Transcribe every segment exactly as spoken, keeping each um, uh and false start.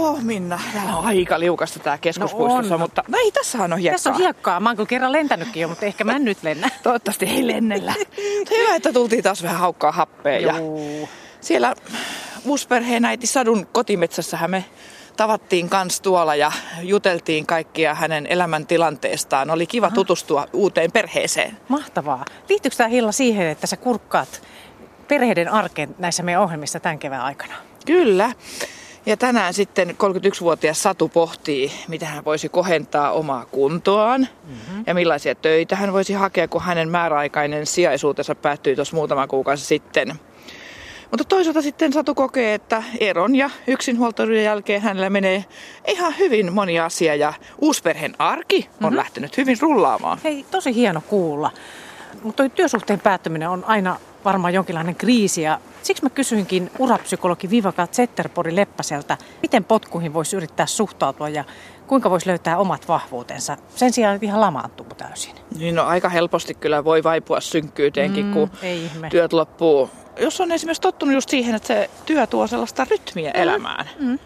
Joo, Minna. Täällä on aika liukasta tää keskuspuistossa, no mutta no ei, tässähän on hiekkaa. Tässä on hiekkaa. Mä oon kyllä kerran lentänytkin jo, mutta ehkä mä en nyt lennä. Toivottavasti ei lennellä. Hyvä, että tultiin taas vähän haukkaa happea. Ja siellä uusperheen äiti Sadun kotimetsässähän me tavattiin kans tuolla ja juteltiin kaikkia hänen elämäntilanteestaan. Oli kiva Aha. tutustua uuteen perheeseen. Mahtavaa. Liittyykö tämä Hilla siihen, että sä kurkkaat perheiden arkeen näissä meidän ohjelmissa tämän kevään aikana? Kyllä. Ja tänään sitten kolmekymmentäyksivuotias Satu pohtii, miten hän voisi kohentaa omaa kuntoaan mm-hmm. ja millaisia töitä hän voisi hakea, kun hänen määräaikainen sijaisuutensa päättyi tuossa muutama kuukausi sitten. Mutta toisaalta sitten Satu kokee, että eron ja yksinhuoltajuuden jälkeen hänellä menee ihan hyvin moni asia ja uusperheen arki on mm-hmm. lähtenyt hyvin rullaamaan. Hei, tosi hieno kuulla. Mutta toi työsuhteen päättyminen on aina varmaan jonkinlainen kriisi ja siksi mä kysyinkin urapsykologi Viveka Zetterpori-Leppäseltä, miten potkuihin voisi yrittää suhtautua ja kuinka voisi löytää omat vahvuutensa. Sen sijaan, että ihan lamaantuu täysin. Niin no aika helposti kyllä voi vaipua synkkyyteenkin, mm, kun työt loppuu. Jos on esimerkiksi tottunut just siihen, että se työ tuo sellaista rytmiä mm. elämään. Mm.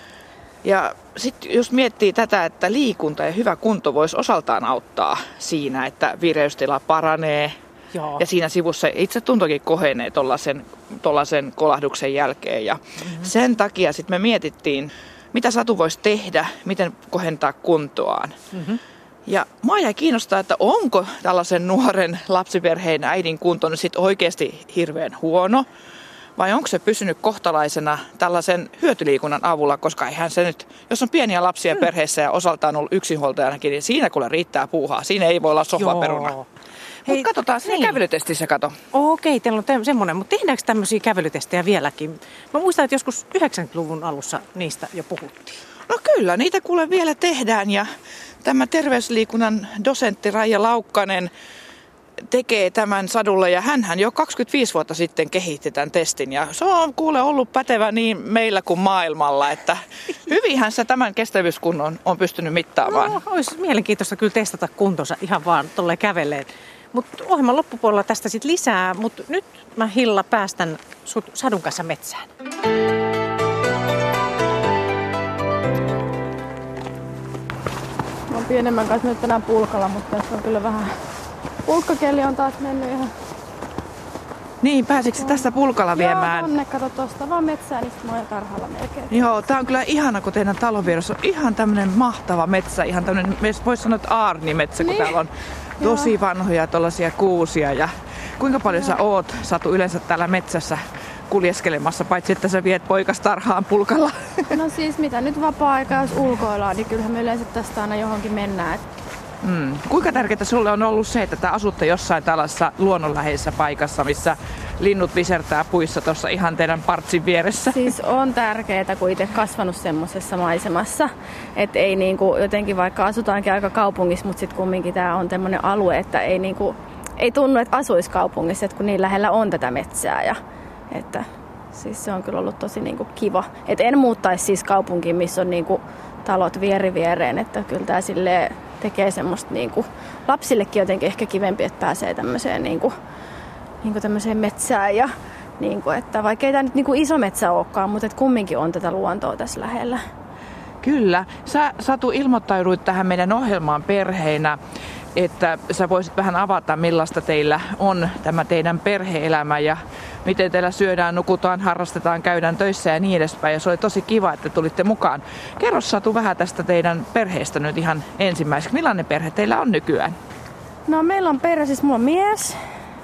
Ja sitten jos miettii tätä, että liikunta ja hyvä kunto voisi osaltaan auttaa siinä, että vireystila paranee. Joo. Ja siinä sivussa itse tuntokin kohenee tollaisen, tollaisen kolahduksen jälkeen. Ja mm-hmm. sen takia sitten me mietittiin, mitä Satu voisi tehdä, miten kohentaa kuntoaan. Mm-hmm. Ja mua jäi kiinnostaa, että onko tällaisen nuoren lapsiperheen äidin kunto nyt sit oikeasti hirveän huono. Vai onko se pysynyt kohtalaisena tällaisen hyötyliikunnan avulla, koska eihän se nyt, jos on pieniä lapsia mm. perheessä ja osaltaan ollut yksinhuoltajanakin, niin siinä kyllä riittää puuhaa. Siinä ei voi olla sohvaperuna. Mutta katsotaan sinne niin. kävelytestissä, kato. Okei, teillä on te- semmoinen, mutta tehdäänkö tämmöisiä kävelytestejä vieläkin? Mä muistan, että joskus yhdeksänkymmentäluvun alussa niistä jo puhuttiin. No kyllä, niitä kuule vielä tehdään ja tämä terveysliikunnan dosentti Raija Laukkanen tekee tämän Sadulle ja hänhän jo kaksikymmentäviisi vuotta sitten kehitti tämän testin ja se on kuule ollut pätevä niin meillä kuin maailmalla, että hyvinhän se tämän kestävyyskunnon on pystynyt mittaamaan. No, olisi mielenkiintoista kyllä testata kuntonsa ihan vaan tolleen käveleen. Mutta ohjelman loppupuolella tästä sitten lisää, mutta nyt mä Hilla päästän sut Sadun kanssa metsään. Mä oon pienemmän kanssa nyt tänään pulkalla, mutta tässä on kyllä vähän... Pulkkakeli on taas mennyt ihan... Niin, pääsikö se tästä pulkalla viemään? Joo, tonne, kato tosta vaan metsään, niin sit mä oon jo tarhalla melkein. Joo, tää on kyllä ihana, kun teidän talon vieressä on ihan tämmönen mahtava metsä. Ihan tämmönen, voisi sanoa, että aarnimetsä, kun niin. täällä on tosi vanhoja tollaisia kuusia. Ja kuinka paljon Joo. sä oot, Satu, yleensä täällä metsässä kuljeskelemassa, paitsi että sä viet poikas tarhaan pulkalla? No siis mitä nyt vapaa-aikaa, jos ulkoillaan, niin kyllähän me yleensä tästä aina johonkin mennään. Mm. Kuinka tärkeää sulle on ollut se, että te asutte jossain tällaisessa luonnonläheisessä paikassa, missä linnut visertää puissa tuossa ihan teidän partsin vieressä? Siis on tärkeää, kun itse kasvanut semmoisessa maisemassa, että ei niinku, jotenkin vaikka asutaankin aika kaupungissa, mutta sitten kumminkin tämä on tämmöinen alue, että ei, niinku, ei tunnu, että asuisi kaupungissa, että kun niin lähellä on tätä metsää. Ja, että, siis se on kyllä ollut tosi niinku kiva. Et en muuttaisi siis kaupunkiin, missä on niinku talot vieri viereen, että kyllä tämä silleen tekee semmoista niinku, lapsillekin jotenkin ehkä kivempi, että pääsee tämmöiseen, niinku, niinku tämmöiseen metsään. Ja, niinku, että vaikka ei tämä nyt niinku iso metsä olekaan, mutta et kumminkin on tätä luontoa tässä lähellä. Kyllä. Sä, Satu, ilmoittauduit tähän meidän ohjelmaan perheinä, että sä voisit vähän avata, millaista teillä on tämä teidän perhe-elämä ja miten teillä syödään, nukutaan, harrastetaan, käydään töissä ja niin edespäin. Ja se oli tosi kiva, että tulitte mukaan. Kerro, Satu, vähän tästä teidän perheestä nyt ihan ensimmäiseksi. Millainen perhe teillä on nykyään? No meillä on perhe, siis mulla on mies,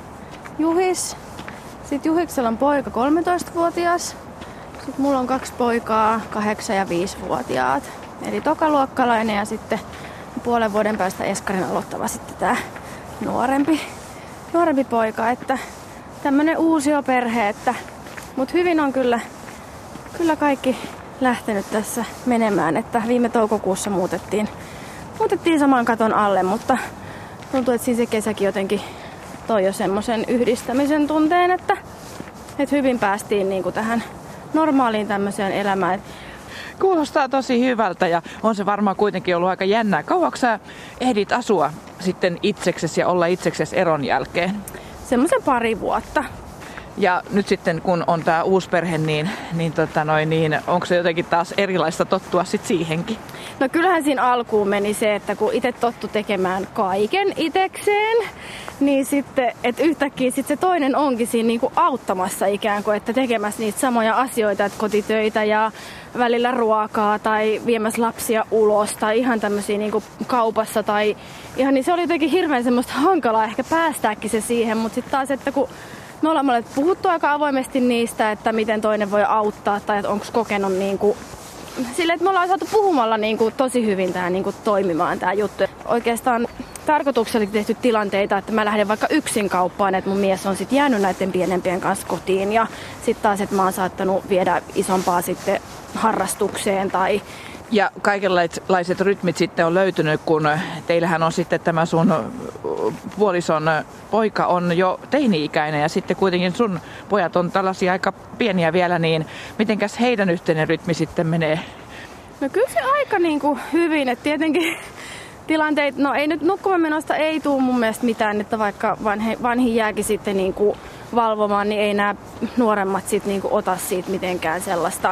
Juhis. Sitten Juhiksella on poika kolmetoistavuotias. Sitten mulla on kaksi poikaa, kahdeksan- ja viisivuotiaat. Eli tokaluokkalainen ja sitten puolen vuoden päästä eskarin aloittava sitten tää nuorempi, nuorempi poika. Että tämmönen uusioperhe, että mut hyvin on kyllä, kyllä kaikki lähtenyt tässä menemään, että viime toukokuussa muutettiin, muutettiin saman katon alle, mutta tuntuu, että siinä se kesäkin jotenkin toi jo semmoisen yhdistämisen tunteen, että, että hyvin päästiin niin kuin tähän normaaliin tämmöiseen elämään. Kuulostaa tosi hyvältä ja on se varmaan kuitenkin ollut aika jännää. Kauanko sä ehdit asua sitten itseksesi ja olla itseksesi eron jälkeen? Semmoisen pari vuotta. Ja nyt sitten kun on tämä uusi perhe, niin, niin, tota noin, niin onko se jotenkin taas erilaista tottua sit siihenkin? No kyllähän siinä alkuun meni se, että kun itse tottu tekemään kaiken itekseen, niin sitten, että yhtäkkiä sit se toinen onkin siinä niinku auttamassa ikään kuin, että tekemässä niitä samoja asioita, että kotitöitä ja välillä ruokaa tai viemässä lapsia ulos tai ihan tämmöisiä niinku kaupassa tai ihan, niin se oli jotenkin hirveän semmoista hankalaa ehkä päästääkin se siihen, mutta sitten taas, että kun me ollaan puhuttu aika avoimesti niistä, että miten toinen voi auttaa tai että onko kokenut niinku sille, että me ollaan saatu puhumalla niinku tosi hyvin tää niinku toimimaan tää juttu. Oikeastaan tarkoituksella tehty tilanteita, että mä lähden vaikka yksin kauppaan, että mun mies on sitten jäänyt näiden pienempien kanssa kotiin ja sitten taas, että mä oon saattanut viedä isompaa sitten harrastukseen tai ja kaikenlaiset rytmit sitten on löytynyt, kun teillähän on sitten tämä sun puolison poika on jo teini-ikäinen ja sitten kuitenkin sun pojat on tällaisia aika pieniä vielä, niin mitenkäs heidän yhteinen rytmi sitten menee? No kyllä se aika niin kuin hyvin, että tietenkin tilanteet, no ei nyt nukkumamenosta ei tule mun mielestä mitään, että vaikka vanhi, vanhin jääkin sitten niin kuin valvomaan, niin ei nämä nuoremmat sitten niin kuin ota siitä mitenkään sellaista.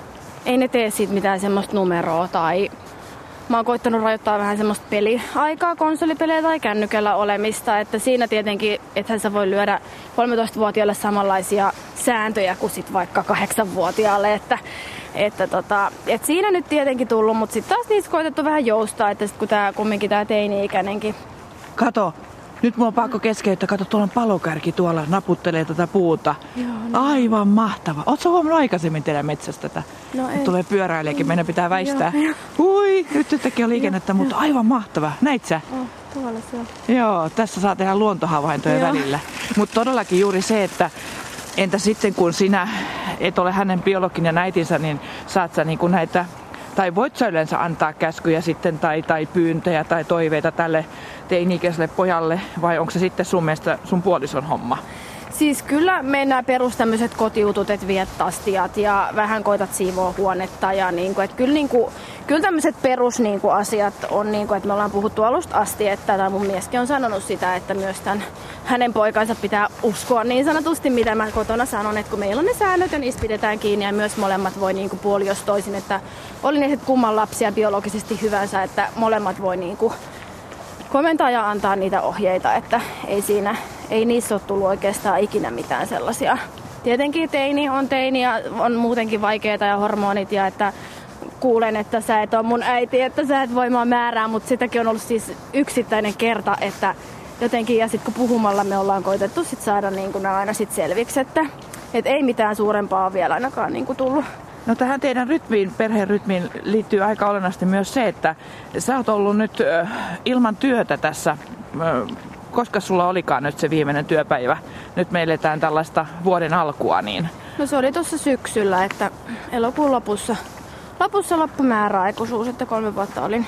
Ei ne tee siitä mitään semmoista numeroa tai mä oon koittanut rajoittaa vähän semmoista peliaikaa, konsolipelejä tai kännykällä olemista, että siinä tietenkin, ethän sä voi lyödä kolmetoistavuotiaalle samanlaisia sääntöjä kuin sit vaikka kahdeksanvuotiaalle, että, että tota, et siinä nyt tietenkin tullut, mutta sitten taas niissä koitettu vähän joustaa, että sit kun tää kumminkin tää teini-ikäinenkin. Kato, nyt mulla on pakko keskeyttää, kato tuolla on palokärki tuolla naputtelee tätä puuta. Joo, no. Aivan mahtava. Ootko sä huomannut aikaisemmin teidän metsästä tätä? No ei. Tulee pyöräilijäkin, meidän pitää väistää. Joo, Hui, nyt yhtäkkiä on liikennettä, joo, mutta aivan mahtava. Näit sä? Oh, tuolla siellä. Joo, tässä saa tehdä luontohavaintoja Joo. välillä. Mutta todellakin juuri se, että entä sitten kun sinä et ole hänen biologinen äitinsä, niin saat sä niinku näitä, tai voit sä yleensä antaa käskyjä sitten tai, tai pyyntöjä tai toiveita tälle teini-ikäiselle pojalle, vai onko se sitten sun mielestä sun puolison homma? Siis kyllä mennään perus tämmöiset kotiutut, että viet astiat ja vähän koitat siivoa huonetta ja niinku, että kyllä, niinku, kyllä tämmöiset perus niinku, asiat on, niinku, että me ollaan puhuttu alusta asti, että tai mun mieskin on sanonut sitä, että myös tämän hänen poikansa pitää uskoa niin sanotusti, mitä mä kotona sanon, että kun meillä on ne säännöt ja niistä pidetään kiinni ja myös molemmat voi niinku, puoli jos toisin, että oli ne kumman lapsia biologisesti hyvänsä, että molemmat voi niinku, komentaa ja antaa niitä ohjeita, että ei siinä, ei niissä ole tullut oikeastaan ikinä mitään sellaisia. Tietenkin teini on teini ja on muutenkin vaikeaa ja hormonit ja että kuulen, että sä et ole mun äiti, että sä et voi mua määrää, mutta sitäkin on ollut siis yksittäinen kerta, että jotenkin ja sitten kun puhumalla me ollaan koitettu sit saada niin kuin nämä aina sit selviksi, että et ei mitään suurempaa ole vielä ainakaan niin kuin tullut. No tähän teidän rytmiin, perherytmiin liittyy aika olennaisesti myös se, että sä oot ollut nyt ö, ilman työtä tässä, ö, koska sulla olikaan nyt se viimeinen työpäivä. Nyt me eletään tällaista vuoden alkua, niin... No se oli tuossa syksyllä, että elokuun lopussa, lopussa loppu määräaikaisuus, että kolme vuotta olin,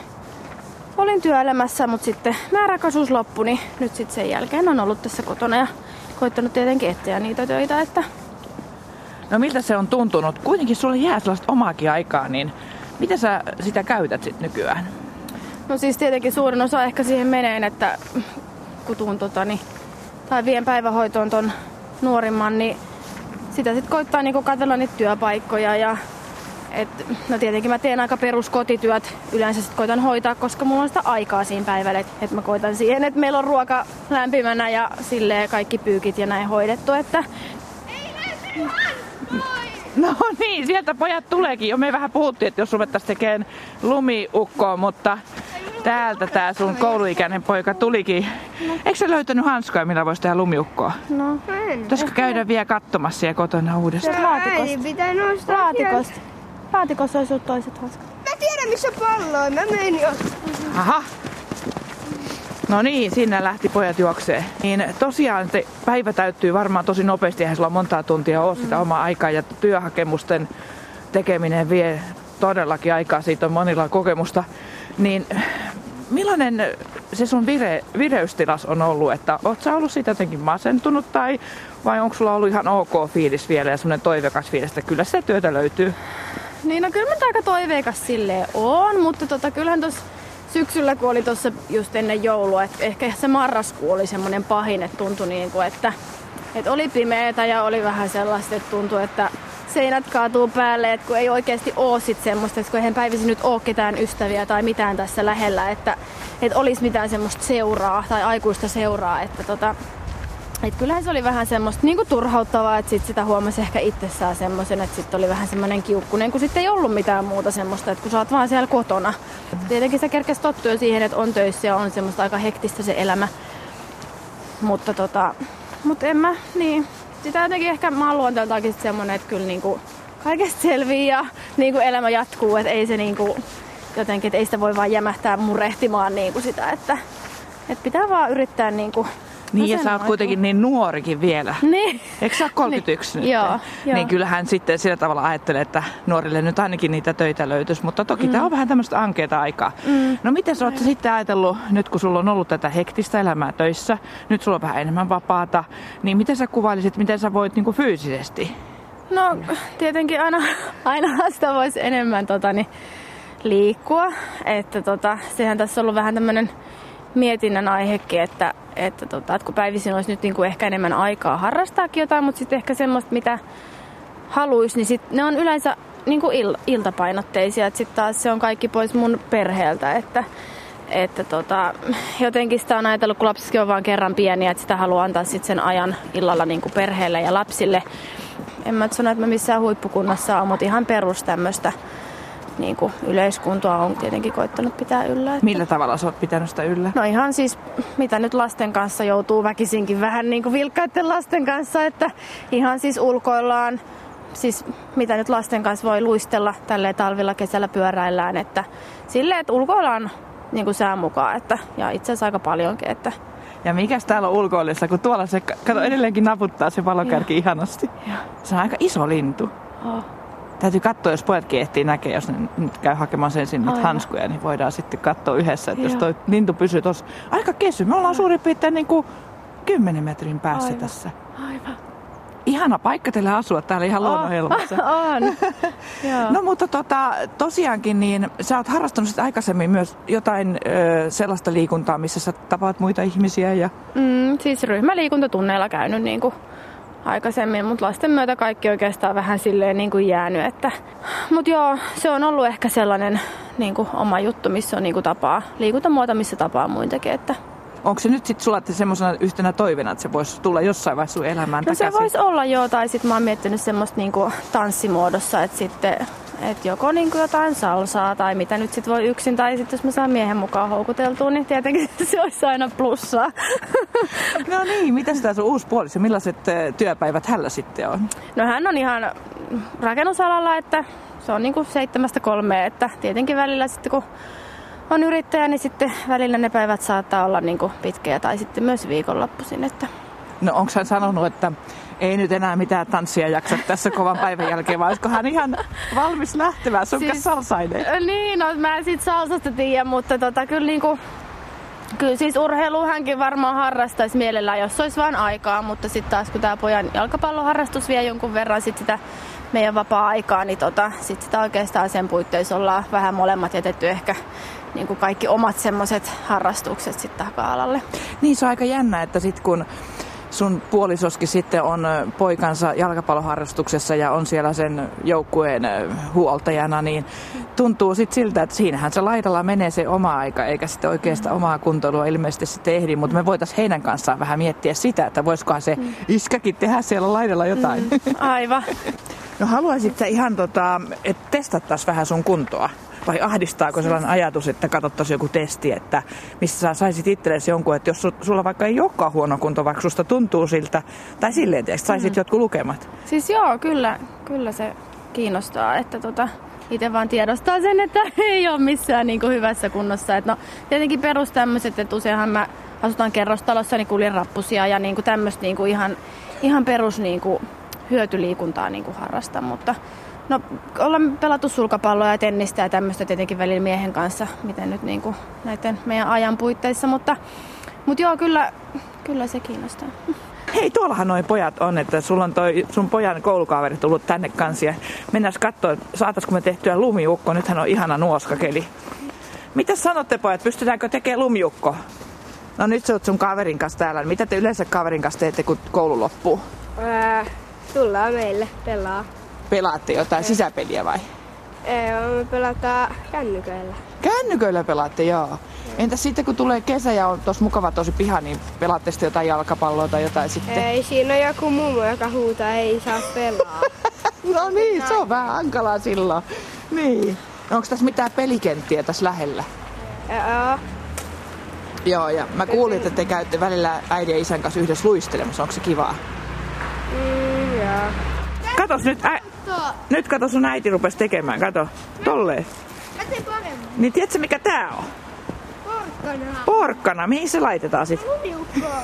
olin työelämässä, mutta sitten määräaikaisuus loppui, niin nyt sitten sen jälkeen on ollut tässä kotona ja koittanut tietenkin etsiä niitä töitä, että... No miltä se on tuntunut? Kuitenkin sulle jää sellaista omaakin aikaa, niin miten sä sitä käytät sit nykyään? No siis tietenkin suurin osa ehkä siihen menee, että kun tuun tota, niin, tai vien päivähoitoon ton nuorimman, niin sitä sitten koittaa niinku katsella niitä työpaikkoja. Ja, et, no tietenkin mä teen aika peruskotityöt, yleensä sit koitan hoitaa, koska mulla on sitä aikaa siinä päivällä. Että et mä koitan siihen, että meillä on ruoka lämpimänä ja silleen kaikki pyykit ja näin hoidettu, että... No niin, sieltä pojat tuleekin. Jo me vähän puhuttiin, että jos ruvettaisiin tekemään lumiukkoa, mutta täältä tää sun kouluikäinen poika tulikin. Eikö sä löytänyt hanskoja, millä voisi tehdä lumiukkoa? No, Pitäisikö käydä vielä katsomassa siellä kotona uudestaan? Laatikosta. pitää nostaa Laatikosta. Laatikossa olisi ollut toiset hanskat. Mä tiedän missä pallo on, mä menin jo. Aha. No niin, sinne lähti pojat juoksee. Niin tosiaan te päivä täyttyy varmaan tosi nopeasti, eihän sulla montaa tuntia ole sitä omaa aikaa ja työhakemusten tekeminen vie todellakin aikaa, siitä on monilla kokemusta. Niin millainen se sun vire, vireystilas on ollut, että oot sä ollut siitä jotenkin masentunut tai vai onko sulla ollut ihan ok fiilis vielä ja semmoinen toiveikas fiilis, että kyllä sitä työtä löytyy? Niin no kyllä mä aika toiveikas silleen on, mutta tota, kyllähän tuossa syksyllä, kun oli tuossa just ennen joulua, että ehkä se marraskuu oli semmoinen pahin, että tuntui niin kuin, että Et oli pimeätä ja oli vähän sellaista, että tuntui, että seinät kaatuu päälle, että kun ei oikeasti ole sit semmoista, että kun eihän päivisin nyt ole ketään ystäviä tai mitään tässä lähellä, että, että olisi mitään semmoista seuraa tai aikuista seuraa, että tota, että kyllähän se oli vähän semmoista niinku turhauttavaa, että sit sitä huomasi ehkä itsessään semmoisen, että sitten oli vähän semmoinen kiukkunen, kun sitten ei ollut mitään muuta semmoista, että kun sä oot vaan siellä kotona. Tietenkin sä kerkes tottua jo siihen, että on töissä ja on semmoista aika hektistä se elämä, mutta tota, mut en mä, niin, sitä jotenkin ehkä mä oon luonteeltaankin semmoinen, että kyllä niinku kaikesta selvii ja niinku elämä jatkuu, että ei se niinku jotenkin, että ei sitä voi vaan jämähtää murehtimaan niinku sitä, että, että pitää vaan yrittää niinku. Niin, ja sä oot kuitenkin niin nuorikin vielä. Niin. Eikö sä ole kolmekymmentäyksi niin. nyt? Joo, niin joo. kyllähän sitten sillä tavalla ajattelee, että nuorille nyt ainakin niitä töitä löytyisi. Mutta toki mm. tämä on vähän tämmöistä ankeata aikaa. Mm. No miten sä oot sitten ajatellut, nyt kun sulla on ollut tätä hektistä elämää töissä, nyt sulla on vähän enemmän vapaata, niin miten sä kuvailisit, miten sä voit niinku fyysisesti? No tietenkin aina, aina sitä voisi enemmän tota, niin, liikkua. Että tota, sehän tässä on ollut vähän tämmöinen mietinnän aihekin, että, että, tota, että kun päivisin olisi nyt niin kuin ehkä enemmän aikaa harrastaakin jotain, mutta sitten ehkä semmoista, mitä haluaisi, niin sit ne on yleensä niin kuin il, iltapainotteisia. Sitten taas se on kaikki pois mun perheeltä, että, että tota, jotenkin sitä on ajatellut, kun lapsikin on vaan kerran pieniä, että sitä haluaa antaa sitten sen ajan illalla niin kuin perheelle ja lapsille. En mä sano, että mä missään huippukunnassa on, mutta ihan perus tämmöistä niin kuin yleiskuntoa on tietenkin koittanut pitää yllä. Että... Millä tavalla sä oot pitänyt sitä yllä? No ihan siis, mitä nyt lasten kanssa joutuu väkisinkin vähän niin kuin vilkkaiden lasten kanssa, että ihan siis ulkoillaan, siis mitä nyt lasten kanssa voi luistella tälleen talvilla, kesällä pyöräillään, että silleen, että ulkoillaan niin kuin sään mukaan, että, ja itse asiassa aika paljonkin, että... Ja mikäs täällä on ulkoillessa, kun tuolla se, kato edelleenkin naputtaa se valokärki ja ihanasti. Ja. Se on aika iso lintu. Oh. Täytyy katsoa, jos pojatkin ehtii näkee, jos ne nyt käy hakemaan sen sinne hanskuja, niin voidaan sitten katsoa yhdessä, että Joo. jos toi lintu pysyy tuossa aika kesy. Me ollaan suurin piirtein niin kuin kymmenen metrin päässä Aivan. tässä. Aivan. Ihana paikka teille asua täällä ihan luonnonhelmassa. On. No mutta tota, tosiaankin niin sä oot harrastanut sit aikaisemmin myös jotain ö, sellaista liikuntaa, missä sä tapaat muita ihmisiä. Ja... Mm, siis ryhmäliikuntatunneilla käynyt niin kuin aikaisemmin, mutta lasten myötä kaikki oikeastaan vähän silleen niin kuin jäänyt. Että... Mutta joo, se on ollut ehkä sellainen niin kuin oma juttu, missä on niin kuin tapaa, liikuntamuoto, missä tapaa muitakin. Että... Onko se nyt sitten sulla semmoisena yhtenä toiveena, että se voisi tulla jossain vaiheessa sun elämään no takaisin? Se voisi olla joo, tai sitten mä oon miettinyt semmoista niinku tanssimuodossa, että sitten et joko niinku jotain salsaa tai mitä nyt sitten voi yksin, tai sitten jos mä saan miehen mukaan houkuteltua, niin tietenkin se olisi aina plussaa. No niin, mitäs tää sun uusi puoliso, millaiset työpäivät hällä sitten on? No hän on ihan rakennusalalla, että se on niinku seitsemästä kolmeen, että tietenkin välillä sitten kun on yrittäjä, niin sitten välillä ne päivät saattaa olla niin kuin pitkiä tai sitten myös viikonloppuisin. Että... No onko hän sanonut, että ei nyt enää mitään tanssia jaksa tässä kovan päivän jälkeen, vai olisiko hän ihan valmis lähtemään sun siis, salsaineen? Niin, no mä en sit salsasta tiedä, mutta tota, kyllä, niin kuin, kyllä siis urheilu hänkin varmaan harrastaisi mielellään, jos olisi vaan aikaa, mutta sitten taas kun tämä pojan jalkapalloharrastus vie jonkun verran sit sitä meidän vapaa-aikaa, niin tota, sit sitä oikeastaan sen puitteissa ollaan vähän molemmat jätetty ehkä niin kuin kaikki omat semmoiset harrastukset sitten taka-alalle. Niin, se on aika jännä, että sit kun sun puolisoskin sitten on poikansa jalkapalloharrastuksessa ja on siellä sen joukkueen huoltajana, niin tuntuu sitten siltä, että siinähän se laidalla menee se oma aika, eikä sitten oikeastaan omaa kuntoilua ilmeisesti sitten ehdi, mutta me voitaisiin heidän kanssaan vähän miettiä sitä, että voisikohan se mm. iskäkin tehdä siellä laidalla jotain. Mm, aivan. No haluaisit sä ihan, tota, että testattaisiin vähän sun kuntoa? Vai ahdistaako sellainen ajatus, että katsottaisiin joku testi, että missä sä saisit itsellesi jonkun, että jos sulla vaikka ei olekaan huono kunto, vaikka susta tuntuu siltä, tai silleen, että saisit mm. jotkut lukemat? Siis joo, kyllä, kyllä se kiinnostaa, että tota, itse vaan tiedostaa sen, että ei ole missään niin kuin hyvässä kunnossa. Et no, tietenkin perus tämmöiset, että useinhan mä asutaan kerrostalossa, niin kuljen rappusia ja niin kuin tämmöistä niin kuin ihan, ihan perus niin kuin hyötyliikuntaa niin kuin harrastan, mutta no, ollaan pelattu sulkapalloa ja tennistä ja tämmöistä tietenkin välillä miehen kanssa, miten nyt niin kuin näiden meidän ajan puitteissa, mutta, mutta joo, kyllä, kyllä se kiinnostaa. Hei, tuollahan noi pojat on, että sulla on toi sun pojan koulukaveri tullut tänne kanssa ja mennään katsoa, saataisiko me tehtyä lumiukko, nythän on ihana nuoskakeli. Mitä sanotte pojat, pystytäänkö tekemään lumiukko? No nyt sä oot sun kaverin kanssa täällä. Mitä te yleensä kaverin kanssa teette, kun koulu loppuu? Ää, tullaan meille pelaa. Pelaatte jotain ja. sisäpeliä vai? Ei, me pelataan kännyköillä. Kännyköillä pelaatte, joo. Ja. Entäs sitten kun tulee kesä ja on tossa mukava tosi piha, niin pelaatte sitten jotain jalkapalloa tai jotain sitten? Ei, siinä on joku mummo, joka huutaa, ei saa pelaa. No niin, se on vähän hankalaa silloin. Niin. Onko tässä mitään pelikenttiä tässä lähellä? Joo. Joo, ja mä kuulin, että te käytte välillä äidin ja isän kanssa yhdessä luistelemassa. Onko se kivaa? Mm, joo. Katos nyt, ä... nyt kato sun äiti rupesi tekemään, kato. Tolleen. Mä teen paremmin. Niin tiedätkö mikä tää on? Porkkana. Porkkana, mihin se laitetaan sit? Lumiukkoon.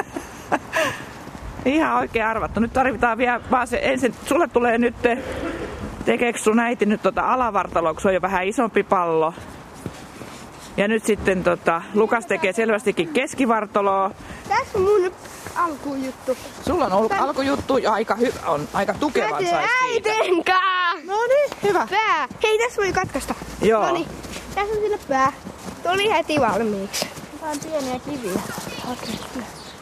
Ihan oikein arvattu. Nyt tarvitaan vielä vaan se ensin, sulle tulee nyt, tekeekö sun äiti nyt tota alavartaloa, kun se on jo vähän isompi pallo. Ja nyt sitten tota, Lukas tekee selvästikin keskivartaloa. Tässä on mun alkujuttu. Sulla on ollut alkujuttu ja aika hyvä, on aika tukevan sais siitä. Äitenkaa! No niin, hyvä. Pää. Hei, tässä voi katkaista. Joo. Noniin, tässä on sille pää. Tuli heti valmiiksi. Tää on pieniä kiviä. Okei. Okay.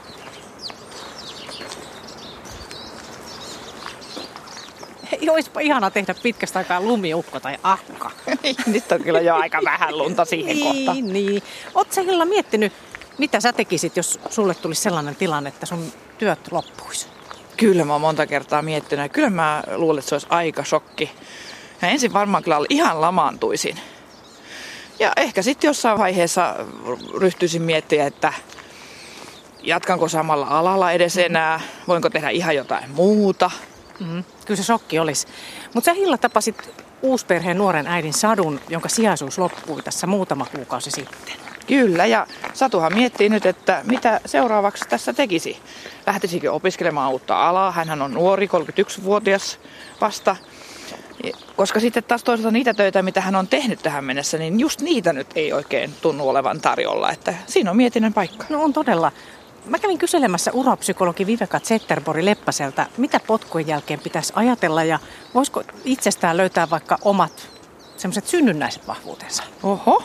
Ei olisipa ihana tehdä pitkästä aikaa lumiukko tai akka. Nyt on kyllä jo aika vähän lunta siihen niin, kohtaan. Niin. Oot sä Hilla miettinyt, mitä sä tekisit, jos sulle tulisi sellainen tilanne, että sun työt loppuisi? Kyllä mä oon monta kertaa miettinyt. Kyllä mä luulen, että se olisi aika shokki. Ja ensin varmaan kyllä ihan lamaantuisin. Ja ehkä sitten jossain vaiheessa ryhtyisin miettiä, että jatkanko samalla alalla edes enää, voinko tehdä ihan jotain muuta. Mm-hmm. Kyllä se shokki olisi. Mutta sä Hilla tapasit uusperheen nuoren äidin Sadun, jonka sijaisuus loppui tässä muutama kuukausi sitten. Kyllä, ja Satuhan miettii nyt, että mitä seuraavaksi tässä tekisi. Lähtisikö opiskelemaan uutta alaa? Hänhän on nuori, kolmekymmentäyksivuotias vasta. Koska sitten taas toisaalta niitä töitä, mitä hän on tehnyt tähän mennessä, niin just niitä nyt ei oikein tunnu olevan tarjolla. Että siinä on mietinnän paikka. No on todella. Mä kävin kyselemässä urapsykologi Viveka Zetterborg-Leppäseltä, mitä potkujen jälkeen pitäisi ajatella ja voisiko itsestään löytää vaikka omat semmoiset synnynnäiset vahvuutensa. Oho.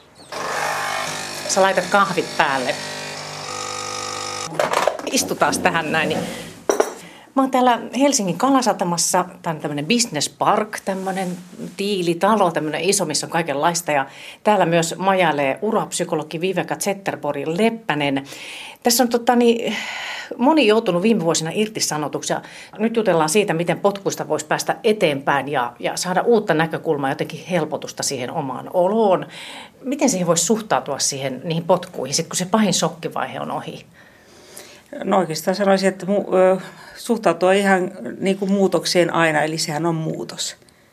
Sä laitat kahvit päälle. Istutaan tähän näin. Mä oon täällä Helsingin Kalasatamassa. Tää on tämmönen business park, tämmönen tiilitalo, tämmönen iso, missä on kaikenlaista. Ja täällä myös majailee urapsykologi Viveka Zetterborg-Leppänen. Tässä on tota, niin, moni joutunut viime vuosina irtisanotuksi. Ja nyt jutellaan siitä, miten potkuista voisi päästä eteenpäin ja, ja saada uutta näkökulmaa, jotenkin helpotusta siihen omaan oloon. Miten siihen voisi suhtautua siihen, niihin potkuihin, sit kun se pahin shokkivaihe on ohi? No oikeastaan sanoisin, että mu- ö, suhtautua ihan niin kuin muutokseen aina, eli sehän on muutos.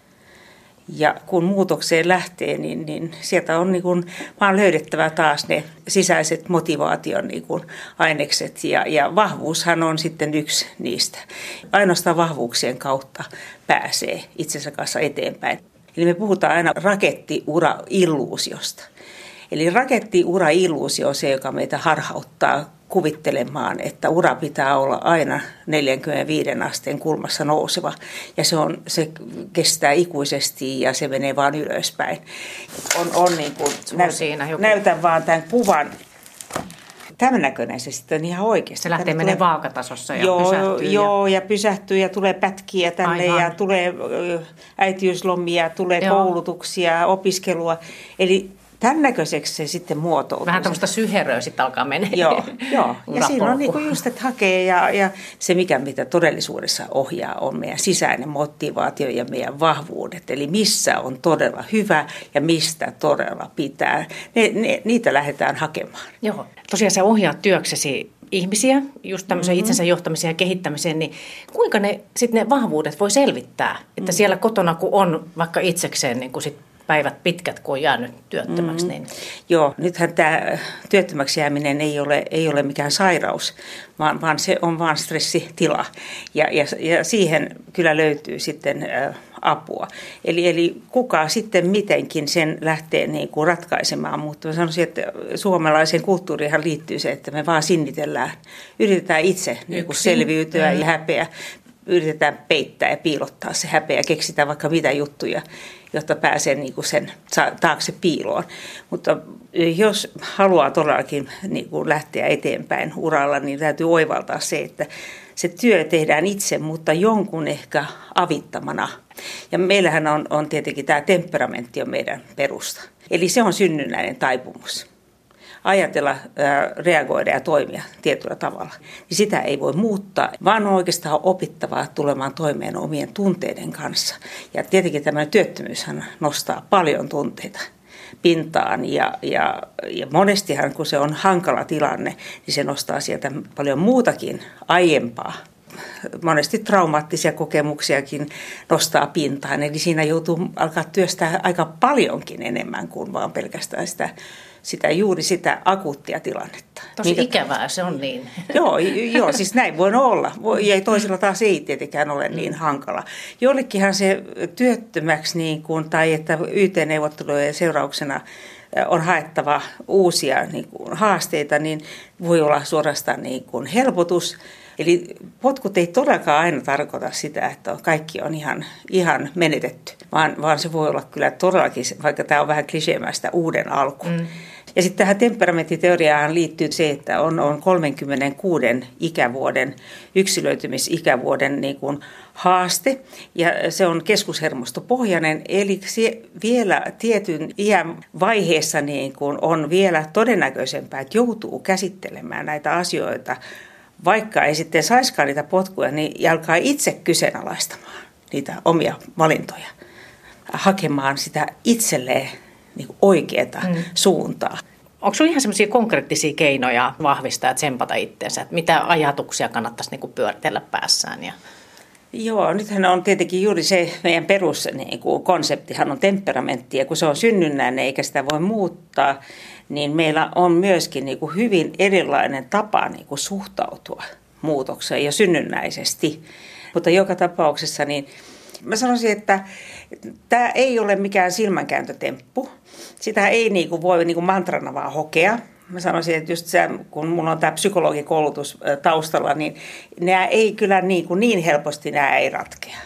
Ja kun muutokseen lähtee, niin, niin sieltä on niin kuin vaan löydettävä taas ne sisäiset motivaation niin kuin ainekset. Ja, ja vahvuushan on sitten yksi niistä. Ainoastaan vahvuuksien kautta pääsee itsensä kanssa eteenpäin. Eli me puhutaan aina rakettiura-illuusiosta. Eli rakettiura-illuusio on se, joka meitä harhauttaa kuvittelemaan, että ura pitää olla aina neljäkymmentäviisi asteen kulmassa nouseva. Ja se, on, se kestää ikuisesti ja se menee vaan ylöspäin. On, on niin kuin, näyt, näytän vaan tämän kuvan. Tämän näköinen se sitten on ihan oikeasti. Se lähtee menee vaakatasossa ja joo, pysähtyy. Joo, ja... ja pysähtyy ja tulee pätkiä tänne. Aivan. Ja tulee äitiyslomia, tulee joo. koulutuksia, opiskelua. Eli tämän näköiseksi se sitten muotoutuu. Vähän tämmöistä syheröä sitten alkaa mennä. Joo, joo. Ja siinä on niinku just, että hakee ja, ja se, mikä mitä todellisuudessa ohjaa, on meidän sisäinen motivaatio ja meidän vahvuudet. Eli missä on todella hyvä ja mistä todella pitää. Ne, ne, niitä lähdetään hakemaan. Joo. Tosiaan sä ohjaat työksesi ihmisiä, just tämmöiseen mm-hmm. itsensä johtamiseen ja kehittämiseen, niin kuinka ne, sit ne vahvuudet voi selvittää? Että mm-hmm. siellä kotona, kun on vaikka itsekseen niin kun sit päivät pitkät, kun on jäänyt työttömäksi. Niin... Mm-hmm. Joo, nythän tämä työttömäksi jääminen ei ole, ei ole mikään sairaus, vaan, vaan se on vaan stressitila. Ja, ja, ja siihen kyllä löytyy sitten ä, apua. Eli, eli kuka sitten mitenkin sen lähtee niin kuin ratkaisemaan. Mutta mä sanoisin, että suomalaiseen kulttuuriinhan liittyy se, että me vaan sinnitellään. Yritetään itse niin kuin selviytyä mm. ja häpeä. yritetään peittää ja piilottaa se häpeä ja keksitään vaikka mitä juttuja, jotta pääsee niin kuin sen taakse piiloon. Mutta jos haluaa todellakin niin kuin lähteä eteenpäin uralla, niin täytyy oivaltaa se, että se työ tehdään itse, mutta jonkun ehkä avittamana. Ja meillähän on, on tietenkin tämä temperamentti on meidän perusta. Eli se on synnynnäinen taipumus. Ajatella, reagoida ja toimia tietyllä tavalla. Niin sitä ei voi muuttaa, vaan on oikeastaan opittavaa tulemaan toimeen omien tunteiden kanssa. Ja tietenkin tämä työttömyyshän nostaa paljon tunteita pintaan ja, ja, ja monestihan kun se on hankala tilanne, niin se nostaa sieltä paljon muutakin aiempaa. Monesti traumaattisia kokemuksiakin nostaa pintaan, eli siinä joutuu alkaa työstää aika paljonkin enemmän kuin vaan pelkästään sitä, sitä juuri sitä akuuttia tilannetta. Tosi Minkä... ikävää se on niin. Joo, joo, siis näin voi olla. Ja toisilla taas ei tietenkään ole niin hankala. Jollekinhan se työttömäksi niin kuin, tai että Y T-neuvottelujen seurauksena on haettava uusia niin kuin, haasteita, niin voi olla suorastaan niin kuin, helpotus. Eli potkut ei todellakaan aina tarkoita sitä, että kaikki on ihan, ihan menetetty, vaan, vaan se voi olla kyllä todellakin, vaikka tämä on vähän kliseemäistä, uuden alku. Mm. Ja sitten tähän temperamenttiteoriaan liittyy se, että on, on kolmekymmentäkuusi ikävuoden, yksilöitymisikävuoden niin kuin haaste, ja se on keskushermostopohjainen, eli se vielä tietyn iän vaiheessa niin kuin on vielä todennäköisempää, että joutuu käsittelemään näitä asioita, vaikka ei sitten saisikaan niitä potkuja, niin alkaa itse kyseenalaistamaan niitä omia valintoja, hakemaan sitä itselleen niin kuin oikeaa mm. suuntaa. Onko sinulla ihan semmoisia konkreettisia keinoja vahvistaa ja tsempata itseensä, että mitä ajatuksia kannattaisi niin kuin pyöritellä päässään? Ja... Joo, nythän on tietenkin juuri se meidän peruskonseptihan on temperamentti, ja kun se on synnynnäinen eikä sitä voi muuttaa, niin meillä on myöskin niin kuin hyvin erilainen tapa niin kuin suhtautua muutokseen ja synnynnäisesti. Mutta joka tapauksessa niin mä sanoisin, että tämä ei ole mikään silmänkääntötemppu. Sitä ei niin kuin voi niin kuin mantrana vaan hokea. Mä sanoisin, että just se, kun mulla on tämä psykologikoulutus taustalla, niin nämä ei kyllä niin, kuin niin helposti nämä ei ratkea.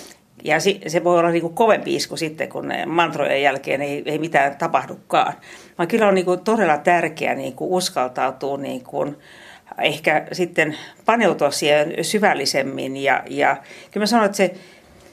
Ja se voi olla niin kuin kovempi isku sitten, kun mantrojen jälkeen ei, ei mitään tapahdukaan. Vaan kyllä on niin kuin todella tärkeää niin kuin uskaltautua niin kuin ehkä sitten paneutua siihen syvällisemmin. Ja, ja kyllä mä sanon, että se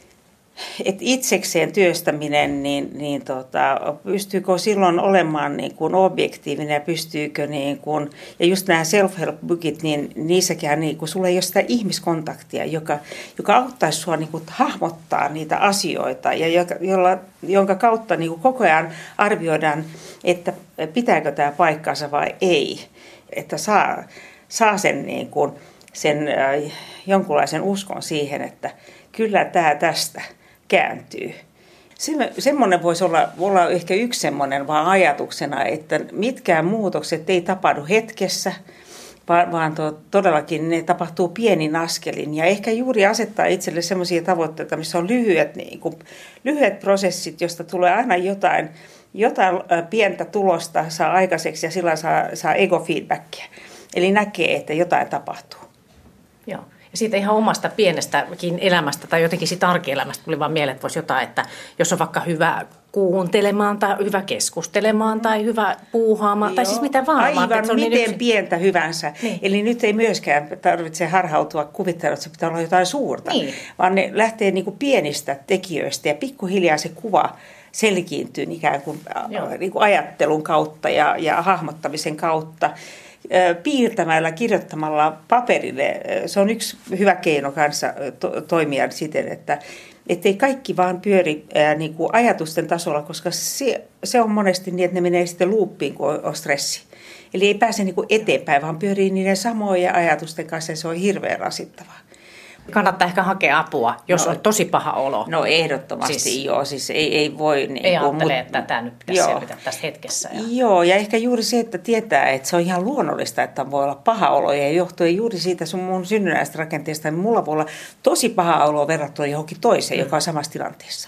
että itsekseen työstäminen, niin, niin tota, pystyykö silloin olemaan niin kuin objektiivinen ja pystyykö, niin kuin, ja just nämä self-help-bookit, niin niissäkään niin kuin, sulla ei ole sitä ihmiskontaktia, joka, joka auttaisi sinua niin kuin, hahmottaa niitä asioita ja joka, jolla, jonka kautta niin kuin, koko ajan arvioidaan, että pitääkö tämä paikkansa vai ei, että saa, saa sen, niin kuin, sen äh, jonkunlaisen uskon siihen, että kyllä tämä tästä kääntyy. Se, semmoinen voisi olla, olla ehkä yksi semmoinen vaan ajatuksena, että mitkään muutokset ei tapahdu hetkessä, vaan, vaan to, todellakin ne tapahtuu pienin askelin. Ja ehkä juuri asettaa itselle semmoisia tavoitteita, missä on lyhyet, niin kuin, lyhyet prosessit, josta tulee aina jotain, jotain pientä tulosta saa aikaiseksi ja sillä saa, saa ego-feedbackia. Eli näkee, että jotain tapahtuu. Joo. Ja siitä ihan omasta pienestäkin elämästä tai jotenkin siitä arkielämästä tuli vaan mieleen, että voisi jotain, että jos on vaikka hyvä kuuntelemaan tai hyvä keskustelemaan tai hyvä puuhaamaan, Joo. tai siis mitä vaan. Aivan, vaan, miten niin yksi... pientä hyvänsä. Niin. Eli nyt ei myöskään tarvitse harhautua kuvittelemaan, että se pitää olla jotain suurta, niin. vaan ne lähtee niin kuin pienistä tekijöistä ja pikkuhiljaa se kuva selkiintyy ikään kuin, niin kuin ajattelun kautta ja, ja hahmottamisen kautta. Piirtämällä, kirjoittamalla paperille, se on yksi hyvä keino kanssa to- toimia siten, että ei kaikki vaan pyöri ää, niin kuin ajatusten tasolla, koska se, se on monesti niin, että ne menee sitten luuppiin, kun on, on stressi. Eli ei pääse niin kuin eteenpäin, vaan pyörii niiden samojen ajatusten kanssa ja se on hirveän rasittavaa. Kannattaa ehkä hakea apua, jos no, on tosi paha olo. No ehdottomasti siis, joo, siis ei, ei voi... Niin ei ajattele, mut, että tämä nyt pitäisi selvitä tässä hetkessä. Ja. Joo, ja ehkä juuri se, että tietää, että se on ihan luonnollista, että voi olla paha olo. Ja johtuen juuri siitä sun mun synnynnäisestä rakenteesta, niin mulla voi olla tosi paha olo verrattuna johonkin toiseen, mm. joka on samassa tilanteessa.